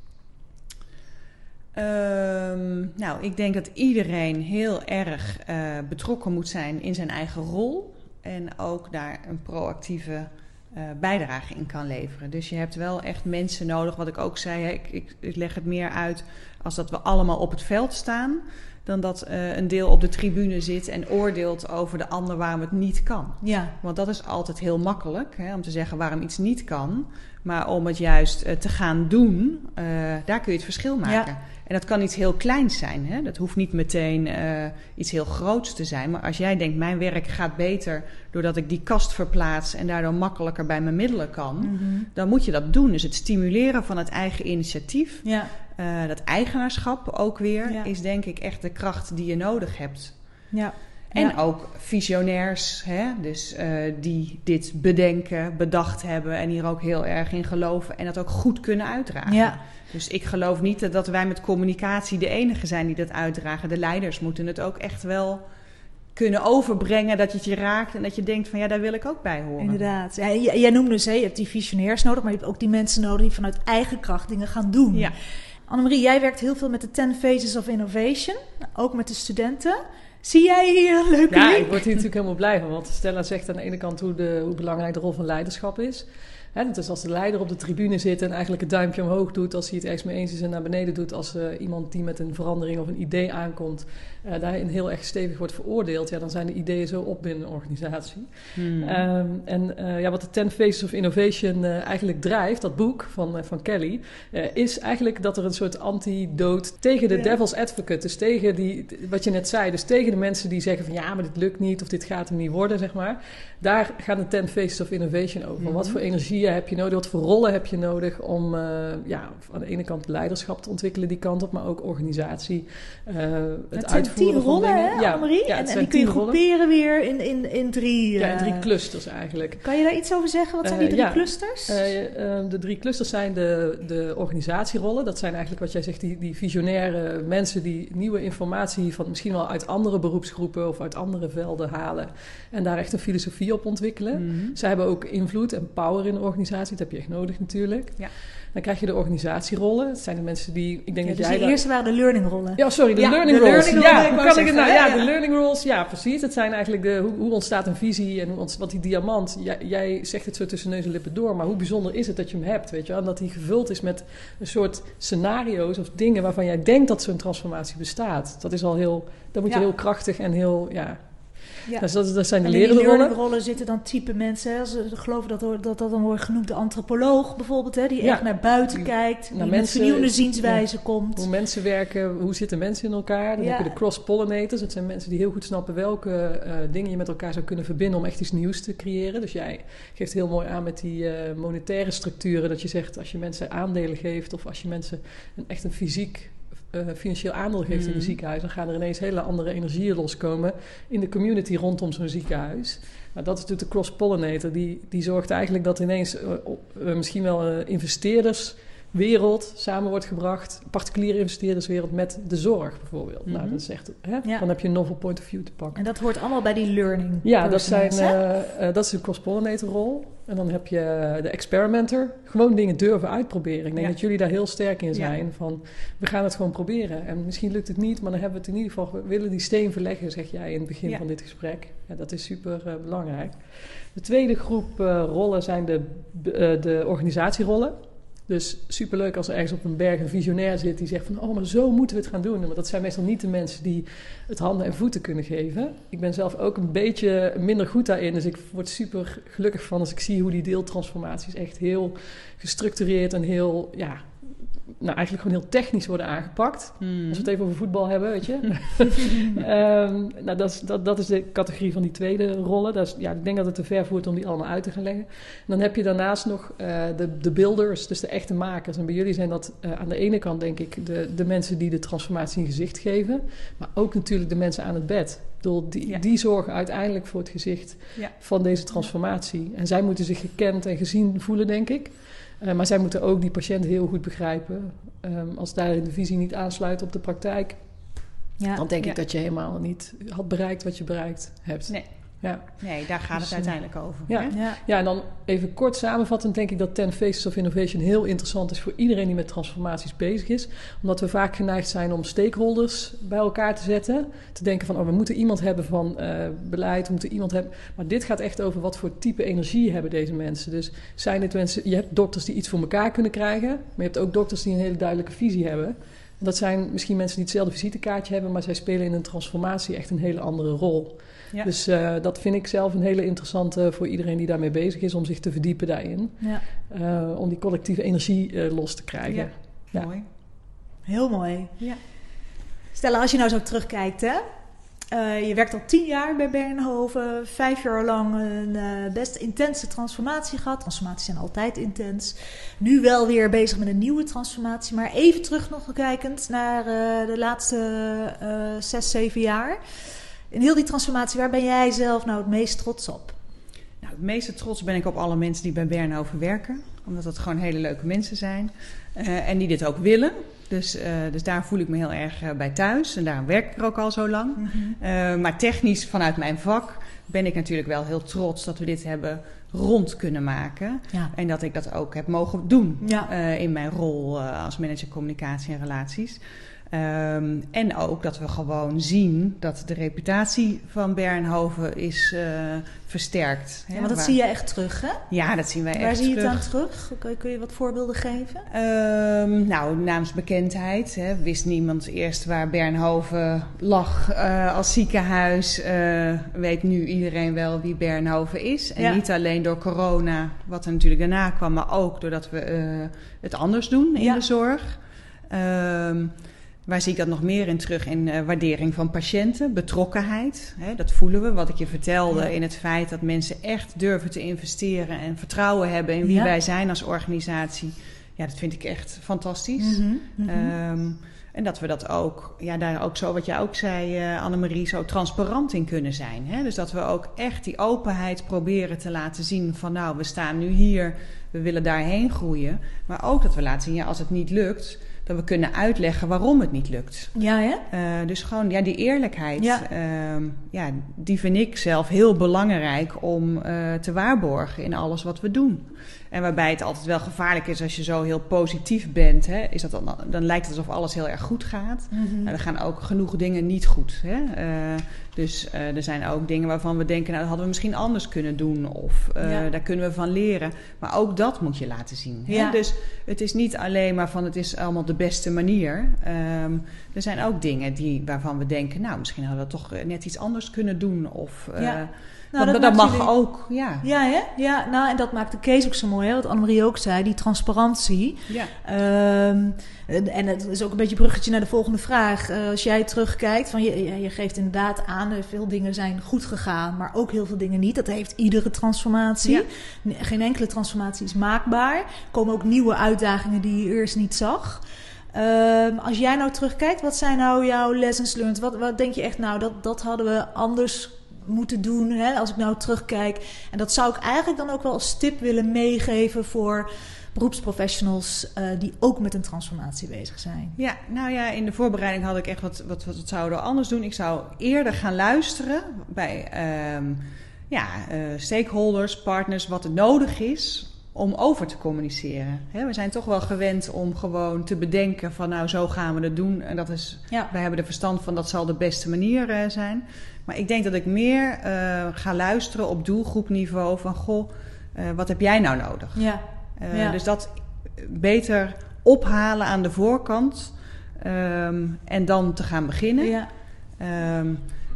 Ik denk dat iedereen heel erg betrokken moet zijn in zijn eigen rol. En ook daar een proactieve bijdrage in kan leveren. Dus je hebt wel echt mensen nodig. Wat ik ook zei, ik leg het meer uit als dat we allemaal op het veld staan, dan dat een deel op de tribune zit en oordeelt over de ander waarom het niet kan. Ja. Want dat is altijd heel makkelijk, om te zeggen waarom iets niet kan. Maar om het juist te gaan doen, daar kun je het verschil maken. Ja. En dat kan iets heel kleins zijn. Hè? Dat hoeft niet meteen iets heel groots te zijn. Maar als jij denkt, mijn werk gaat beter doordat ik die kast verplaats en daardoor makkelijker bij mijn middelen kan, dan moet je dat doen. Dus het stimuleren van het eigen initiatief, dat eigenaarschap ook weer, is denk ik echt de kracht die je nodig hebt. Ja. En ook visionairs, dus die dit bedacht hebben en hier ook heel erg in geloven en dat ook goed kunnen uitdragen. Ja. Dus ik geloof niet dat wij met communicatie de enige zijn die dat uitdragen. De leiders moeten het ook echt wel kunnen overbrengen, dat je het je raakt en dat je denkt van daar wil ik ook bij horen. Inderdaad. Ja, jij noemde dus, je hebt die visionairs nodig, maar je hebt ook die mensen nodig die vanuit eigen kracht dingen gaan doen. Ja. Annemarie, jij werkt heel veel met de 10 Phases of Innovation, ook met de studenten. Zie jij hier een leuke link? Ja, ik word hier natuurlijk helemaal blij van. Want Stella zegt aan de ene kant hoe belangrijk de rol van leiderschap is. Dus als de leider op de tribune zit en eigenlijk het duimpje omhoog doet als hij het ergens mee eens is en naar beneden doet als iemand die met een verandering of een idee aankomt, daarin heel erg stevig wordt veroordeeld, dan zijn de ideeën zo op binnen een organisatie. Wat de 10 Phases of Innovation eigenlijk drijft, dat boek van Kelly, is eigenlijk dat er een soort antidoot tegen de devil's advocate, dus tegen wat je net zei, dus tegen de mensen die zeggen van maar dit lukt niet of dit gaat hem niet worden, zeg maar. Daar gaan de 10 Phases of Innovation over. Wat voor energie heb je nodig, wat voor rollen heb je nodig om aan de ene kant leiderschap te ontwikkelen die kant op, maar ook organisatie, het uitvoeren van rollen, dingen. Hè, Annemarie? En die kun je groeperen weer in 3... in 3 clusters eigenlijk. Kan je daar iets over zeggen? Wat zijn die 3 clusters? De 3 clusters zijn de organisatierollen. Dat zijn eigenlijk wat jij zegt, die visionaire mensen die nieuwe informatie van misschien wel uit andere beroepsgroepen of uit andere velden halen en daar echt een filosofie op ontwikkelen. Zij hebben ook invloed en power in de organisatie. Dat heb je echt nodig natuurlijk. Ja. Dan krijg je de organisatierollen. Dat zijn de mensen die... Ik denk dat dus jij de eerste waren de learning rollen. Ja, sorry, de learning roles. Hoe kan ik het nou? De learning roles. Ja, precies. Dat zijn eigenlijk hoe ontstaat een visie en wat die diamant... Jij zegt het zo tussen neus en lippen door, maar hoe bijzonder is het dat je hem hebt, weet je wel? En dat hij gevuld is met een soort scenario's of dingen waarvan jij denkt dat zo'n transformatie bestaat. Dat is al heel... Dan moet je heel krachtig en heel... Ja, dus dat zijn de lerende rollen. In die learning rollen zitten dan type mensen. Hè? Ze geloven dat dan wordt genoemd de antropoloog bijvoorbeeld. Hè? Die echt naar buiten kijkt. Die met vernieuwende zienswijze komt. Hoe mensen werken, hoe zitten mensen in elkaar. Dan heb je de cross-pollinators. Dat zijn mensen die heel goed snappen welke dingen je met elkaar zou kunnen verbinden om echt iets nieuws te creëren. Dus jij geeft heel mooi aan met die monetaire structuren. Dat je zegt als je mensen aandelen geeft of als je mensen echt een fysiek... financieel aandeel geeft in een ziekenhuis, dan gaan er ineens hele andere energieën loskomen in de community rondom zo'n ziekenhuis. Maar dat is natuurlijk de cross-pollinator. Die zorgt eigenlijk dat ineens misschien wel investeerderswereld samen wordt gebracht, particuliere investeerderswereld met de zorg bijvoorbeeld. Nou, dat is echt, dan heb je een novel point of view te pakken. En dat hoort allemaal bij die learning. Ja, dat is een cross-pollinator rol. En dan heb je de experimenter. Gewoon dingen durven uitproberen. Ik denk dat jullie daar heel sterk in zijn. Van, we gaan het gewoon proberen. En misschien lukt het niet, maar dan hebben we het in ieder geval... We willen die steen verleggen, zeg jij in het begin van dit gesprek. Ja, dat is super belangrijk. De tweede groep rollen zijn de organisatierollen. Dus superleuk als er ergens op een berg een visionair zit die zegt van... maar zo moeten we het gaan doen. Maar dat zijn meestal niet de mensen die het handen en voeten kunnen geven. Ik ben zelf ook een beetje minder goed daarin. Dus ik word super gelukkig van als ik zie hoe die deeltransformaties echt heel gestructureerd en heel eigenlijk gewoon heel technisch worden aangepakt. Als we het even over voetbal hebben, weet je. Dat is de categorie van die tweede rollen. Ik denk dat het te ver voert om die allemaal uit te gaan leggen. En dan heb je daarnaast nog de builders, dus de echte makers. En bij jullie zijn dat aan de ene kant, denk ik, de mensen die de transformatie een gezicht geven. Maar ook natuurlijk de mensen aan het bed. Die zorgen uiteindelijk voor het gezicht van deze transformatie. En zij moeten zich gekend en gezien voelen, denk ik. Maar zij moeten ook die patiënt heel goed begrijpen. Als daar de visie niet aansluit op de praktijk, dan denk ik dat je helemaal niet had bereikt wat je bereikt hebt. Nee, daar gaat het uiteindelijk over. Ja, en dan even kort samenvattend denk ik dat 10 Faces of Innovation heel interessant is voor iedereen die met transformaties bezig is. Omdat we vaak geneigd zijn om stakeholders bij elkaar te zetten. Te denken van, we moeten iemand hebben van beleid, we moeten iemand hebben. Maar dit gaat echt over wat voor type energie hebben deze mensen. Dus zijn dit mensen, je hebt dokters die iets voor elkaar kunnen krijgen, maar je hebt ook dokters die een hele duidelijke visie hebben. Dat zijn misschien mensen die hetzelfde visitekaartje hebben, maar zij spelen in een transformatie echt een hele andere rol. Ja. Dus dat vind ik zelf een hele interessante voor iedereen die daarmee bezig is, om zich te verdiepen daarin. Om die collectieve energie los te krijgen. Ja. Mooi. Heel mooi. Ja. Stella, als je nou zo terugkijkt, hè? Je werkt al 10 jaar bij Bernhoven, 5 jaar lang een best intense transformatie gehad. Transformaties zijn altijd intens. Nu wel weer bezig met een nieuwe transformatie. Maar even terug nog kijkend naar de laatste 6, 7 jaar. In heel die transformatie, waar ben jij zelf nou het meest trots op? Nou, het meeste trots ben ik op alle mensen die bij Bernhoven werken. Omdat het gewoon hele leuke mensen zijn. En die dit ook willen. Dus daar voel ik me heel erg bij thuis. En daar werk ik er ook al zo lang. Maar technisch vanuit mijn vak ben ik natuurlijk wel heel trots dat we dit hebben rond kunnen maken. Ja. En dat ik dat ook heb mogen doen in mijn rol als manager communicatie en relaties. En ook dat we gewoon zien dat de reputatie van Bernhoven is versterkt. Ja, want dat zie je echt terug, hè? Ja, dat zien wij echt terug. Waar zie je het aan terug? Kun je wat voorbeelden geven? Naamsbekendheid. Hè. Wist niemand eerst waar Bernhoven lag als ziekenhuis. Weet nu iedereen wel wie Bernhoven is. En niet alleen door corona, wat er natuurlijk daarna kwam, maar ook doordat we het anders doen in de zorg. Waar zie ik dat nog meer in terug? In waardering van patiënten, betrokkenheid. Hè, dat voelen we, wat ik je vertelde, in het feit dat mensen echt durven te investeren en vertrouwen hebben in wie wij zijn als organisatie. Ja, dat vind ik echt fantastisch. En dat we dat ook, daar ook zo, wat jij ook zei, Annemarie, zo transparant in kunnen zijn. Hè? Dus dat we ook echt die openheid proberen te laten zien van, nou, we staan nu hier, we willen daarheen groeien. Maar ook dat we laten zien, als het niet lukt, dat we kunnen uitleggen waarom het niet lukt. Dus gewoon die eerlijkheid, die vind ik zelf heel belangrijk om te waarborgen in alles wat we doen. En waarbij het altijd wel gevaarlijk is als je zo heel positief bent. Hè, is dat dan lijkt het alsof alles heel erg goed gaat. Nou, er gaan ook genoeg dingen niet goed. Hè? Dus er zijn ook dingen waarvan we denken, nou, dat hadden we misschien anders kunnen doen. Of daar kunnen we van leren. Maar ook dat moet je laten zien. Hè? Dus het is niet alleen maar van het is allemaal de beste manier. Er zijn ook dingen waarvan we denken, nou, misschien hadden we toch net iets anders kunnen doen. Of Nou, dat mag ook, en dat maakt de case ook zo mooi, hè? Wat Annemarie ook zei, die transparantie. Ja. En het is ook een beetje een bruggetje naar de volgende vraag. Als jij terugkijkt, van je geeft inderdaad aan, veel dingen zijn goed gegaan, maar ook heel veel dingen niet. Dat heeft iedere transformatie. Ja. Geen enkele transformatie is maakbaar. Er komen ook nieuwe uitdagingen die je eerst niet zag. Als jij nou terugkijkt, wat zijn nou jouw lessons learned? Wat denk je echt, nou, dat hadden we anders moeten doen, hè, als ik nou terugkijk. En dat zou ik eigenlijk dan ook wel als tip willen meegeven voor beroepsprofessionals die ook met een transformatie bezig zijn. Ja, nou ja, in de voorbereiding had ik echt wat zouden we anders doen. Ik zou eerder gaan luisteren bij stakeholders, partners, wat er nodig is om over te communiceren. We zijn toch wel gewend om gewoon te bedenken van, nou, zo gaan we het doen. En dat is, wij hebben er verstand van, dat zal de beste manier zijn. Maar ik denk dat ik meer ga luisteren op doelgroepniveau van, wat heb jij nou nodig? Dus dat beter ophalen aan de voorkant en dan te gaan beginnen.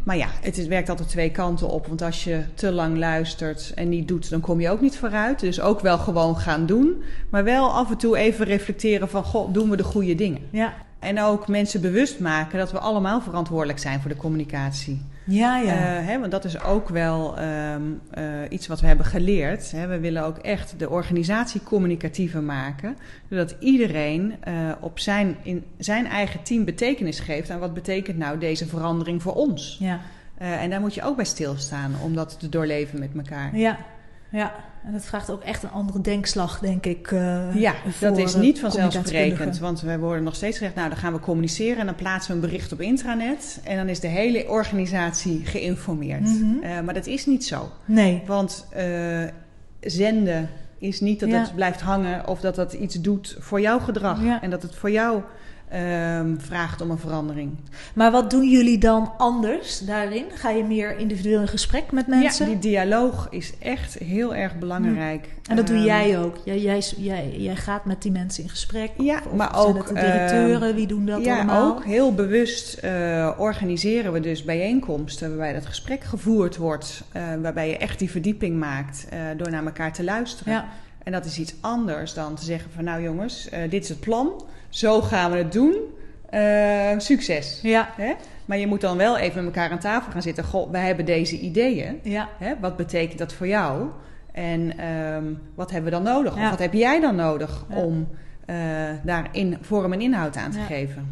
Maar ja, het werkt altijd twee kanten op. Want als je te lang luistert en niet doet, dan kom je ook niet vooruit. Dus ook wel gewoon gaan doen. Maar wel af en toe even reflecteren van, goh, doen we de goede dingen? Ja. En ook mensen bewust maken dat we allemaal verantwoordelijk zijn voor de communicatie. Ja. Want dat is ook wel iets wat we hebben geleerd. We willen ook echt de organisatie communicatiever maken. Zodat iedereen in zijn eigen team betekenis geeft aan wat betekent nou deze verandering voor ons. Ja. En daar moet je ook bij stilstaan om dat te doorleven met elkaar. Ja. En dat vraagt ook echt een andere denkslag, denk ik. Dat is niet vanzelfsprekend. Want wij worden nog steeds gezegd, nou, dan gaan we communiceren en dan plaatsen we een bericht op intranet. En dan is de hele organisatie geïnformeerd. Mm-hmm. Maar dat is niet zo. Nee. Want zenden is niet dat het blijft hangen of dat dat iets doet voor jouw gedrag. Ja. En dat het voor jou vraagt om een verandering. Maar wat doen jullie dan anders daarin? Ga je meer individueel in gesprek met mensen? Ja, die dialoog is echt heel erg belangrijk. En dat doe jij ook? Jij gaat met die mensen in gesprek? Ja, maar zijn ook het de directeuren, wie doen dat allemaal? Ja, ook heel bewust organiseren we dus bijeenkomsten waarbij dat gesprek gevoerd wordt. Waarbij je echt die verdieping maakt door naar elkaar te luisteren. Ja. En dat is iets anders dan te zeggen van, nou jongens, dit is het plan. Zo gaan we het doen. Succes. Ja. Hè? Maar je moet dan wel even met elkaar aan tafel gaan zitten. Goh, wij hebben deze ideeën. Ja. Hè? Wat betekent dat voor jou? En wat hebben we dan nodig? Of wat heb jij dan nodig om daar vorm en inhoud aan te geven?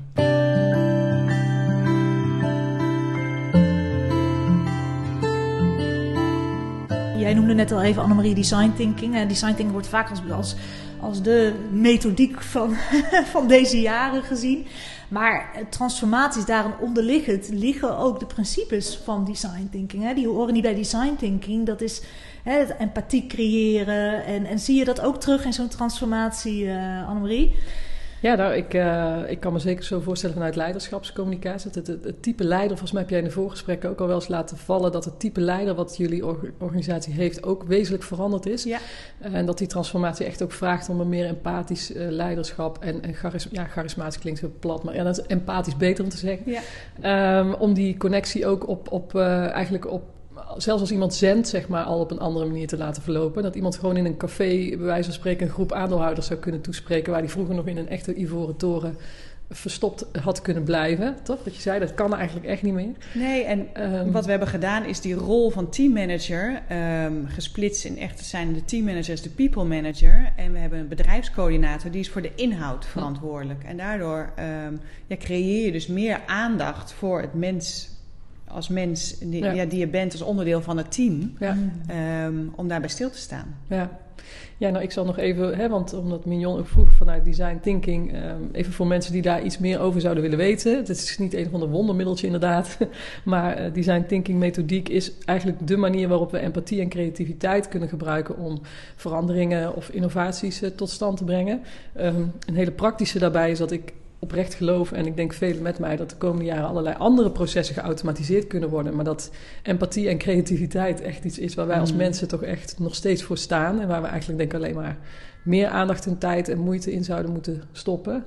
Jij noemde net al even Annemarie design thinking. Design thinking wordt vaak als de methodiek van deze jaren gezien. Maar transformaties daarin onderliggend liggen ook de principes van design thinking. Hè? Die horen niet bij design thinking. Dat is het empathie creëren. En zie je dat ook terug in zo'n transformatie, Annemarie? Ja, nou, ik kan me zeker zo voorstellen vanuit leiderschapscommunicatie. Het type leider, volgens mij heb jij in de voorgesprekken ook al wel eens laten vallen, dat het type leider wat jullie organisatie heeft ook wezenlijk veranderd is. Ja. En dat die transformatie echt ook vraagt om een meer empathisch leiderschap. En charismatisch klinkt zo plat, maar dat is empathisch beter om te zeggen. Ja. Om die connectie ook eigenlijk op zelfs als iemand zendt, zeg maar, al op een andere manier te laten verlopen. Dat iemand gewoon in een café, bij wijze van spreken, een groep aandeelhouders zou kunnen toespreken, waar die vroeger nog in een echte ivoren toren verstopt had kunnen blijven. Toch? Dat je zei, dat kan eigenlijk echt niet meer. Nee, en wat we hebben gedaan is die rol van teammanager gesplitst in echt zijn de teammanagers, de people manager. En we hebben een bedrijfscoördinator, die is voor de inhoud verantwoordelijk. En daardoor creëer je dus meer aandacht voor het mens als mens die je bent als onderdeel van het team, om daarbij stil te staan. Ja, nou ik zal nog even, want omdat Mignon ook vroeg vanuit design thinking, even voor mensen die daar iets meer over zouden willen weten. Het is niet een van de wondermiddeltje inderdaad, maar design thinking methodiek is eigenlijk de manier waarop we empathie en creativiteit kunnen gebruiken om veranderingen of innovaties tot stand te brengen. Een hele praktische daarbij is dat ik oprecht geloof, en ik denk velen met mij, dat de komende jaren allerlei andere processen geautomatiseerd kunnen worden. Maar dat empathie en creativiteit echt iets is waar wij als mensen toch echt nog steeds voor staan. En waar we eigenlijk denk ik alleen maar meer aandacht en tijd en moeite in zouden moeten stoppen.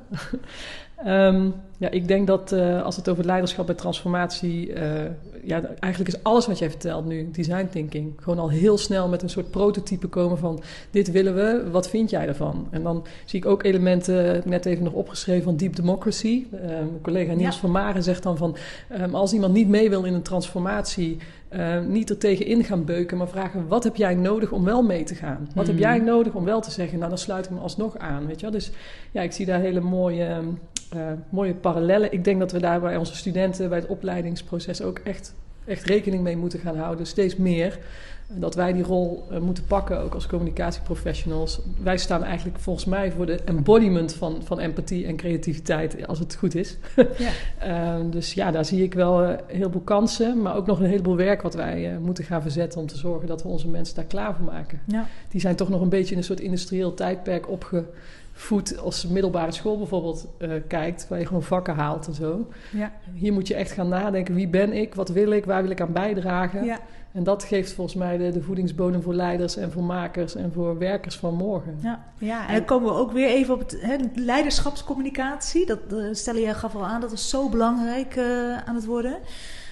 Ik denk dat als het over leiderschap en transformatie, eigenlijk is alles wat jij vertelt nu, design thinking, gewoon al heel snel met een soort prototype komen van dit willen we, wat vind jij daarvan? En dan zie ik ook elementen, net even nog opgeschreven, van deep democracy. Mijn collega Niels van Maren zegt dan van, als iemand niet mee wil in een transformatie, niet er tegenin gaan beuken, maar vragen, wat heb jij nodig om wel mee te gaan? Wat heb jij nodig om wel te zeggen, nou dan sluit ik me alsnog aan, weet je wel? Dus ja, ik zie daar hele mooie parallellen. Ik denk dat we daar bij onze studenten, bij het opleidingsproces ook echt rekening mee moeten gaan houden, steeds meer. Dat wij die rol moeten pakken, ook als communicatieprofessionals. Wij staan eigenlijk volgens mij voor de embodiment van empathie en creativiteit, als het goed is. Ja. Dus ja, daar zie ik wel een heleboel kansen, maar ook nog een heleboel werk wat wij moeten gaan verzetten om te zorgen dat we onze mensen daar klaar voor maken. Ja. Die zijn toch nog een beetje in een soort industrieel tijdperk opgevoed als middelbare school bijvoorbeeld kijkt, waar je gewoon vakken haalt en zo. Ja. Hier moet je echt gaan nadenken, wie ben ik, wat wil ik, waar wil ik aan bijdragen? Ja. En dat geeft volgens mij de voedingsbodem voor leiders en voor makers en voor werkers van morgen. Ja, en dan komen we ook weer even op het leiderschapscommunicatie. Dat Stella, jij gaf al aan, dat is zo belangrijk aan het worden.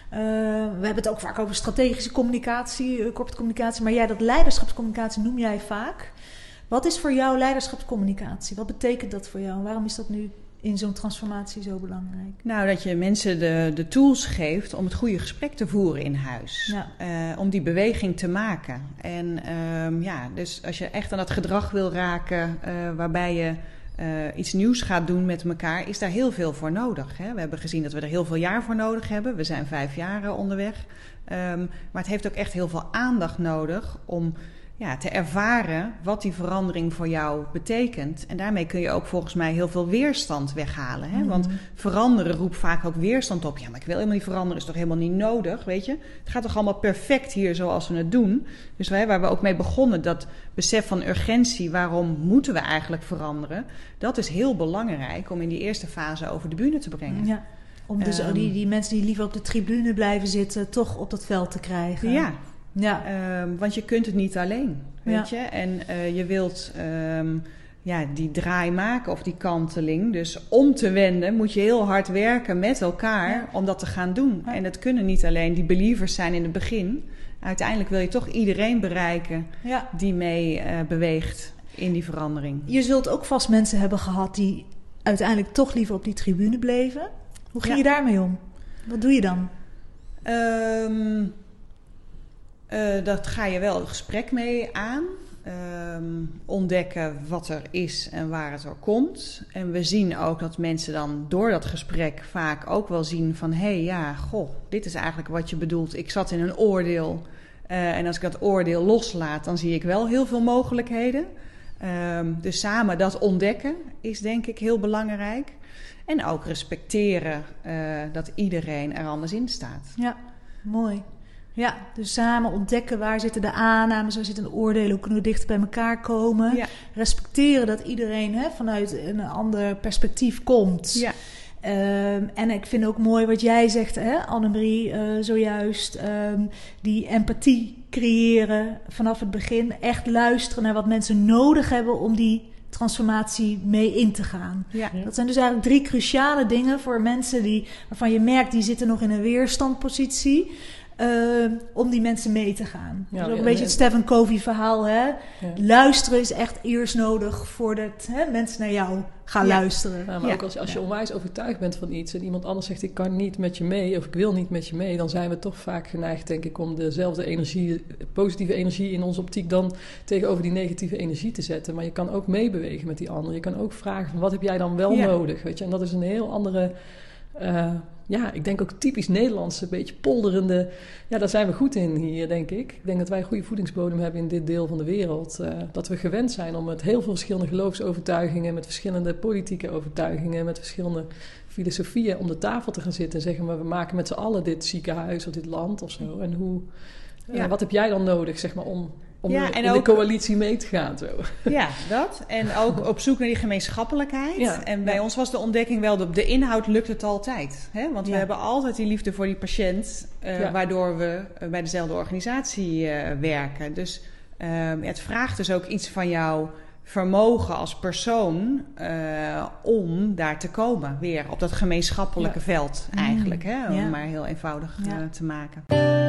We hebben het ook vaak over strategische communicatie, corporate communicatie. Maar dat leiderschapscommunicatie noem jij vaak. Wat is voor jou leiderschapscommunicatie? Wat betekent dat voor jou? Waarom is dat nu in zo'n transformatie zo belangrijk? Nou, dat je mensen de tools geeft om het goede gesprek te voeren in huis. Ja. Om die beweging te maken. En dus als je echt aan dat gedrag wil raken, waarbij je iets nieuws gaat doen met elkaar, is daar heel veel voor nodig. Hè? We hebben gezien dat we er heel veel jaar voor nodig hebben. We zijn 5 jaar onderweg. Maar het heeft ook echt heel veel aandacht nodig om te ervaren wat die verandering voor jou betekent. En daarmee kun je ook volgens mij heel veel weerstand weghalen. Hè? Want veranderen roept vaak ook weerstand op. Ja, maar ik wil helemaal niet veranderen, is toch helemaal niet nodig, weet je? Het gaat toch allemaal perfect hier zoals we het doen. Dus waar we ook mee begonnen, dat besef van urgentie, waarom moeten we eigenlijk veranderen? Dat is heel belangrijk om in die eerste fase over de bühne te brengen. Ja. Om dus die mensen die liever op de tribune blijven zitten, toch op dat veld te krijgen. Ja. Ja. Want je kunt het niet alleen, weet je. En je wilt die draai maken of die kanteling. Dus om te wenden moet je heel hard werken met elkaar om dat te gaan doen. Ja. En het kunnen niet alleen die believers zijn in het begin. Uiteindelijk wil je toch iedereen bereiken die mee beweegt in die verandering. Je zult ook vast mensen hebben gehad die uiteindelijk toch liever op die tribune bleven. Hoe ging je daarmee om? Wat doe je dan? Dat ga je wel het gesprek mee aan. Ontdekken wat er is en waar het door komt. En we zien ook dat mensen dan door dat gesprek vaak ook wel zien van dit is eigenlijk wat je bedoelt. Ik zat in een oordeel. En als ik dat oordeel loslaat, dan zie ik wel heel veel mogelijkheden. Dus samen dat ontdekken is denk ik heel belangrijk. En ook respecteren dat iedereen er anders in staat. Ja, mooi. Ja, dus samen ontdekken waar zitten de aannames, waar zitten de oordelen, hoe kunnen we dichter bij elkaar komen. Ja. Respecteren dat iedereen vanuit een ander perspectief komt. Ja. En ik vind ook mooi wat jij zegt, Annemarie, zojuist. Die empathie creëren vanaf het begin. Echt luisteren naar wat mensen nodig hebben om die transformatie mee in te gaan. Ja. Dat zijn dus eigenlijk 3 cruciale dingen voor mensen waarvan je merkt, die zitten nog in een weerstandpositie. Om die mensen mee te gaan. Ja, dus ook een beetje het Stephen Covey verhaal. Hè? Ja. Luisteren is echt eerst nodig voordat mensen naar jou gaan luisteren. Ja, maar ook als je onwijs overtuigd bent van iets en iemand anders zegt ik kan niet met je mee of ik wil niet met je mee, dan zijn we toch vaak geneigd, denk ik, om dezelfde energie, positieve energie in onze optiek dan tegenover die negatieve energie te zetten. Maar je kan ook meebewegen met die ander. Je kan ook vragen van wat heb jij dan wel nodig? Weet je? En dat is een heel andere ik denk ook typisch Nederlandse, een beetje polderende. Ja, daar zijn we goed in hier, denk ik. Ik denk dat wij een goede voedingsbodem hebben in dit deel van de wereld. Dat we gewend zijn om met heel veel verschillende geloofsovertuigingen, met verschillende politieke overtuigingen, met verschillende filosofieën om de tafel te gaan zitten en zeggen, maar we maken met z'n allen dit ziekenhuis of dit land of zo. En wat heb jij dan nodig, zeg maar, om in de coalitie mee te gaan. Zo. Ja, dat. En ook op zoek naar die gemeenschappelijkheid. Ja. En bij ons was de ontdekking wel, op de inhoud lukt het altijd. Hè? Want we hebben altijd die liefde voor die patiënt, waardoor we bij dezelfde organisatie werken. Dus het vraagt dus ook iets van jouw vermogen als persoon om daar te komen. Weer op dat gemeenschappelijke veld eigenlijk. Hè? Om het maar heel eenvoudig te maken.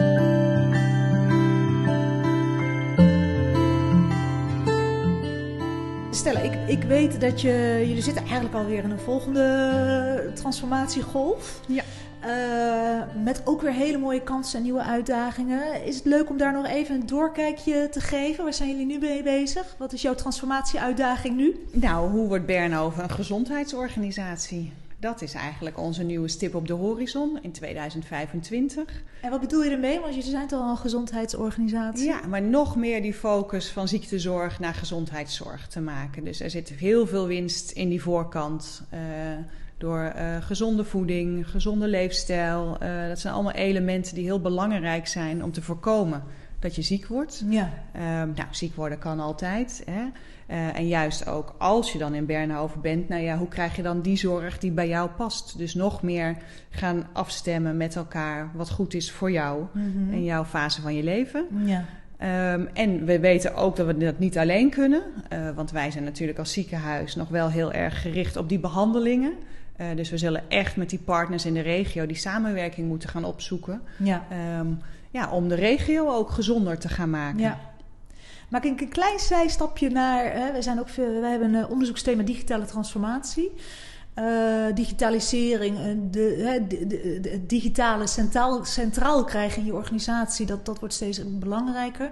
Stella, ik weet dat jullie zitten eigenlijk alweer in een volgende transformatiegolf. Ja. Met ook weer hele mooie kansen en nieuwe uitdagingen. Is het leuk om daar nog even een doorkijkje te geven? Waar zijn jullie nu mee bezig? Wat is jouw transformatie-uitdaging nu? Nou, hoe wordt Bernhoven een gezondheidsorganisatie? Dat is eigenlijk onze nieuwe stip op de horizon in 2025. En wat bedoel je ermee? Want jullie zijn toch al een gezondheidsorganisatie? Ja, maar nog meer die focus van ziektezorg naar gezondheidszorg te maken. Dus er zit heel veel winst in die voorkant. Door gezonde voeding, gezonde leefstijl. Dat zijn allemaal elementen die heel belangrijk zijn om te voorkomen dat je ziek wordt. Ja. Ziek worden kan altijd. Hè? En juist ook als je dan in Bernhoven bent, hoe krijg je dan die zorg die bij jou past? Dus nog meer gaan afstemmen met elkaar wat goed is voor jou en jouw fase van je leven. Ja. En we weten ook dat we dat niet alleen kunnen. Want wij zijn natuurlijk als ziekenhuis nog wel heel erg gericht op die behandelingen. Dus we zullen echt met die partners in de regio die samenwerking moeten gaan opzoeken. Ja. Om de regio ook gezonder te gaan maken. Ja. Maak ik een klein zijstapje naar... we hebben een onderzoeksthema digitale transformatie. Digitalisering, de digitale centraal krijgen in je organisatie, dat wordt steeds belangrijker.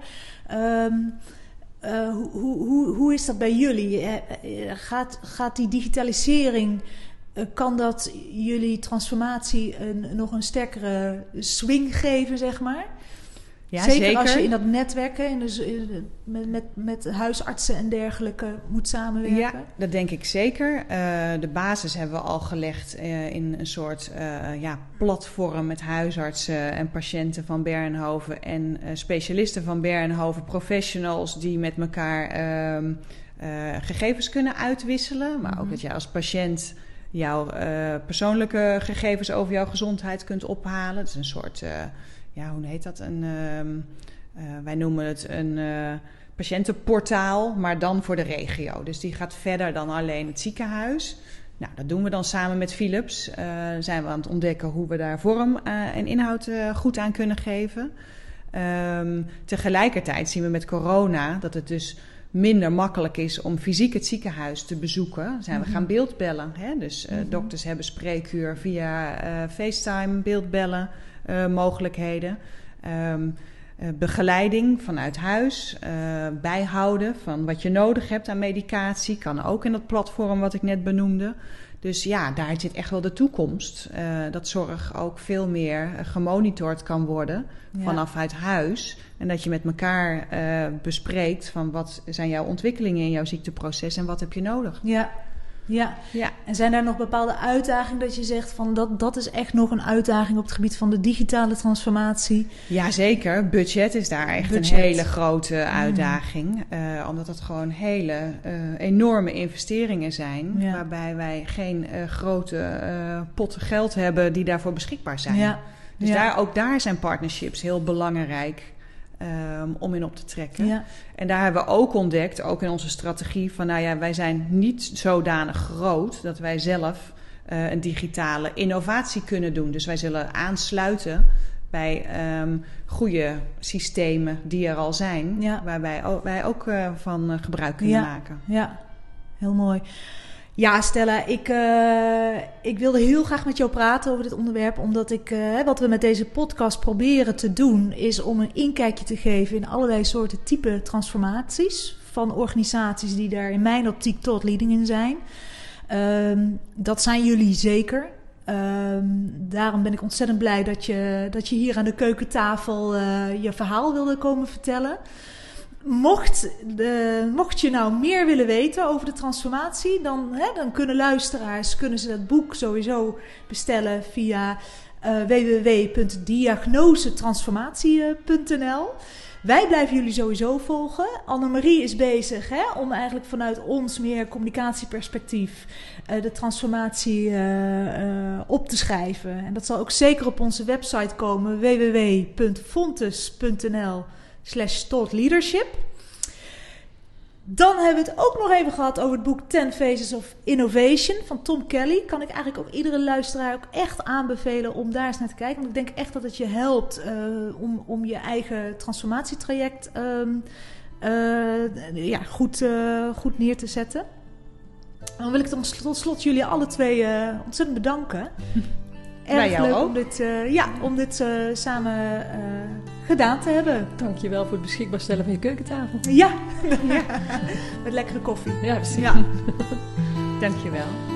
Hoe is dat bij jullie? Gaat die digitalisering, kan dat jullie transformatie nog een swing geven, zeg maar? Ja, zeker als je in dat netwerken, met huisartsen en dergelijke moet samenwerken. Ja, dat denk ik zeker. De basis hebben we al gelegd in een soort platform met huisartsen en patiënten van Bernhoven en specialisten van Bernhoven, professionals die met elkaar gegevens kunnen uitwisselen. Maar ook dat jij als patiënt jouw persoonlijke gegevens over jouw gezondheid kunt ophalen. Het is een soort... hoe heet dat? Wij noemen het een patiëntenportaal, maar dan voor de regio. Dus die gaat verder dan alleen het ziekenhuis. Nou, dat doen we dan samen met Philips. Zijn we aan het ontdekken hoe we daar vorm en inhoud goed aan kunnen geven. Tegelijkertijd zien we met corona dat het dus minder makkelijk is om fysiek het ziekenhuis te bezoeken. Zijn we gaan beeldbellen. Hè? Dus dokters hebben spreekuur via FaceTime, beeldbellen. Mogelijkheden. Begeleiding vanuit huis. Bijhouden van wat je nodig hebt aan medicatie. Kan ook in dat platform wat ik net benoemde. Dus ja, daar zit echt wel de toekomst. Dat zorg ook veel meer gemonitord kan worden vanaf uit huis. En dat je met elkaar bespreekt van wat zijn jouw ontwikkelingen in jouw ziekteproces en wat heb je nodig. Ja. En zijn daar nog bepaalde uitdagingen dat je zegt van dat is echt nog een uitdaging op het gebied van de digitale transformatie? Ja, zeker. Budget is daar echt een hele grote uitdaging. Omdat het gewoon hele enorme investeringen zijn. Waarbij wij geen grote potten geld hebben die daarvoor beschikbaar zijn. Dus ook daar zijn partnerships heel belangrijk. Om in op te trekken. Ja. En daar hebben we ook ontdekt, ook in onze strategie, van wij zijn niet zodanig groot dat wij zelf een digitale innovatie kunnen doen. Dus wij zullen aansluiten bij goede systemen die er al zijn, waarbij wij ook van gebruik kunnen maken. Ja, heel mooi. Ja, Stella, ik wilde heel graag met jou praten over dit onderwerp, omdat wat we met deze podcast proberen te doen, is om een inkijkje te geven in allerlei soorten type transformaties van organisaties die daar in mijn optiek thought leading in zijn. Dat zijn jullie zeker. Daarom ben ik ontzettend blij dat je hier aan de keukentafel je verhaal wilde komen vertellen. Mocht je nou meer willen weten over de transformatie, dan kunnen luisteraars ze dat boek sowieso bestellen via www.diagnosetransformatie.nl. Wij blijven jullie sowieso volgen. Annemarie is bezig om eigenlijk vanuit ons meer communicatieperspectief de transformatie op te schrijven. En dat zal ook zeker op onze website komen, www.fontes.nl/thoughtleadership. Dan hebben we het ook nog even gehad over het boek 10 Phases of Innovation van Tom Kelly. Kan ik eigenlijk ook iedere luisteraar ook echt aanbevelen om daar eens naar te kijken. Want ik denk echt dat het je helpt om je eigen transformatietraject goed neer te zetten. Dan wil ik tot slot jullie alle twee ontzettend bedanken. Erg leuk om dit samen gedaan te hebben. Dankjewel voor het beschikbaar stellen van je keukentafel. Ja. Met lekkere koffie. Ja, precies. Dankjewel.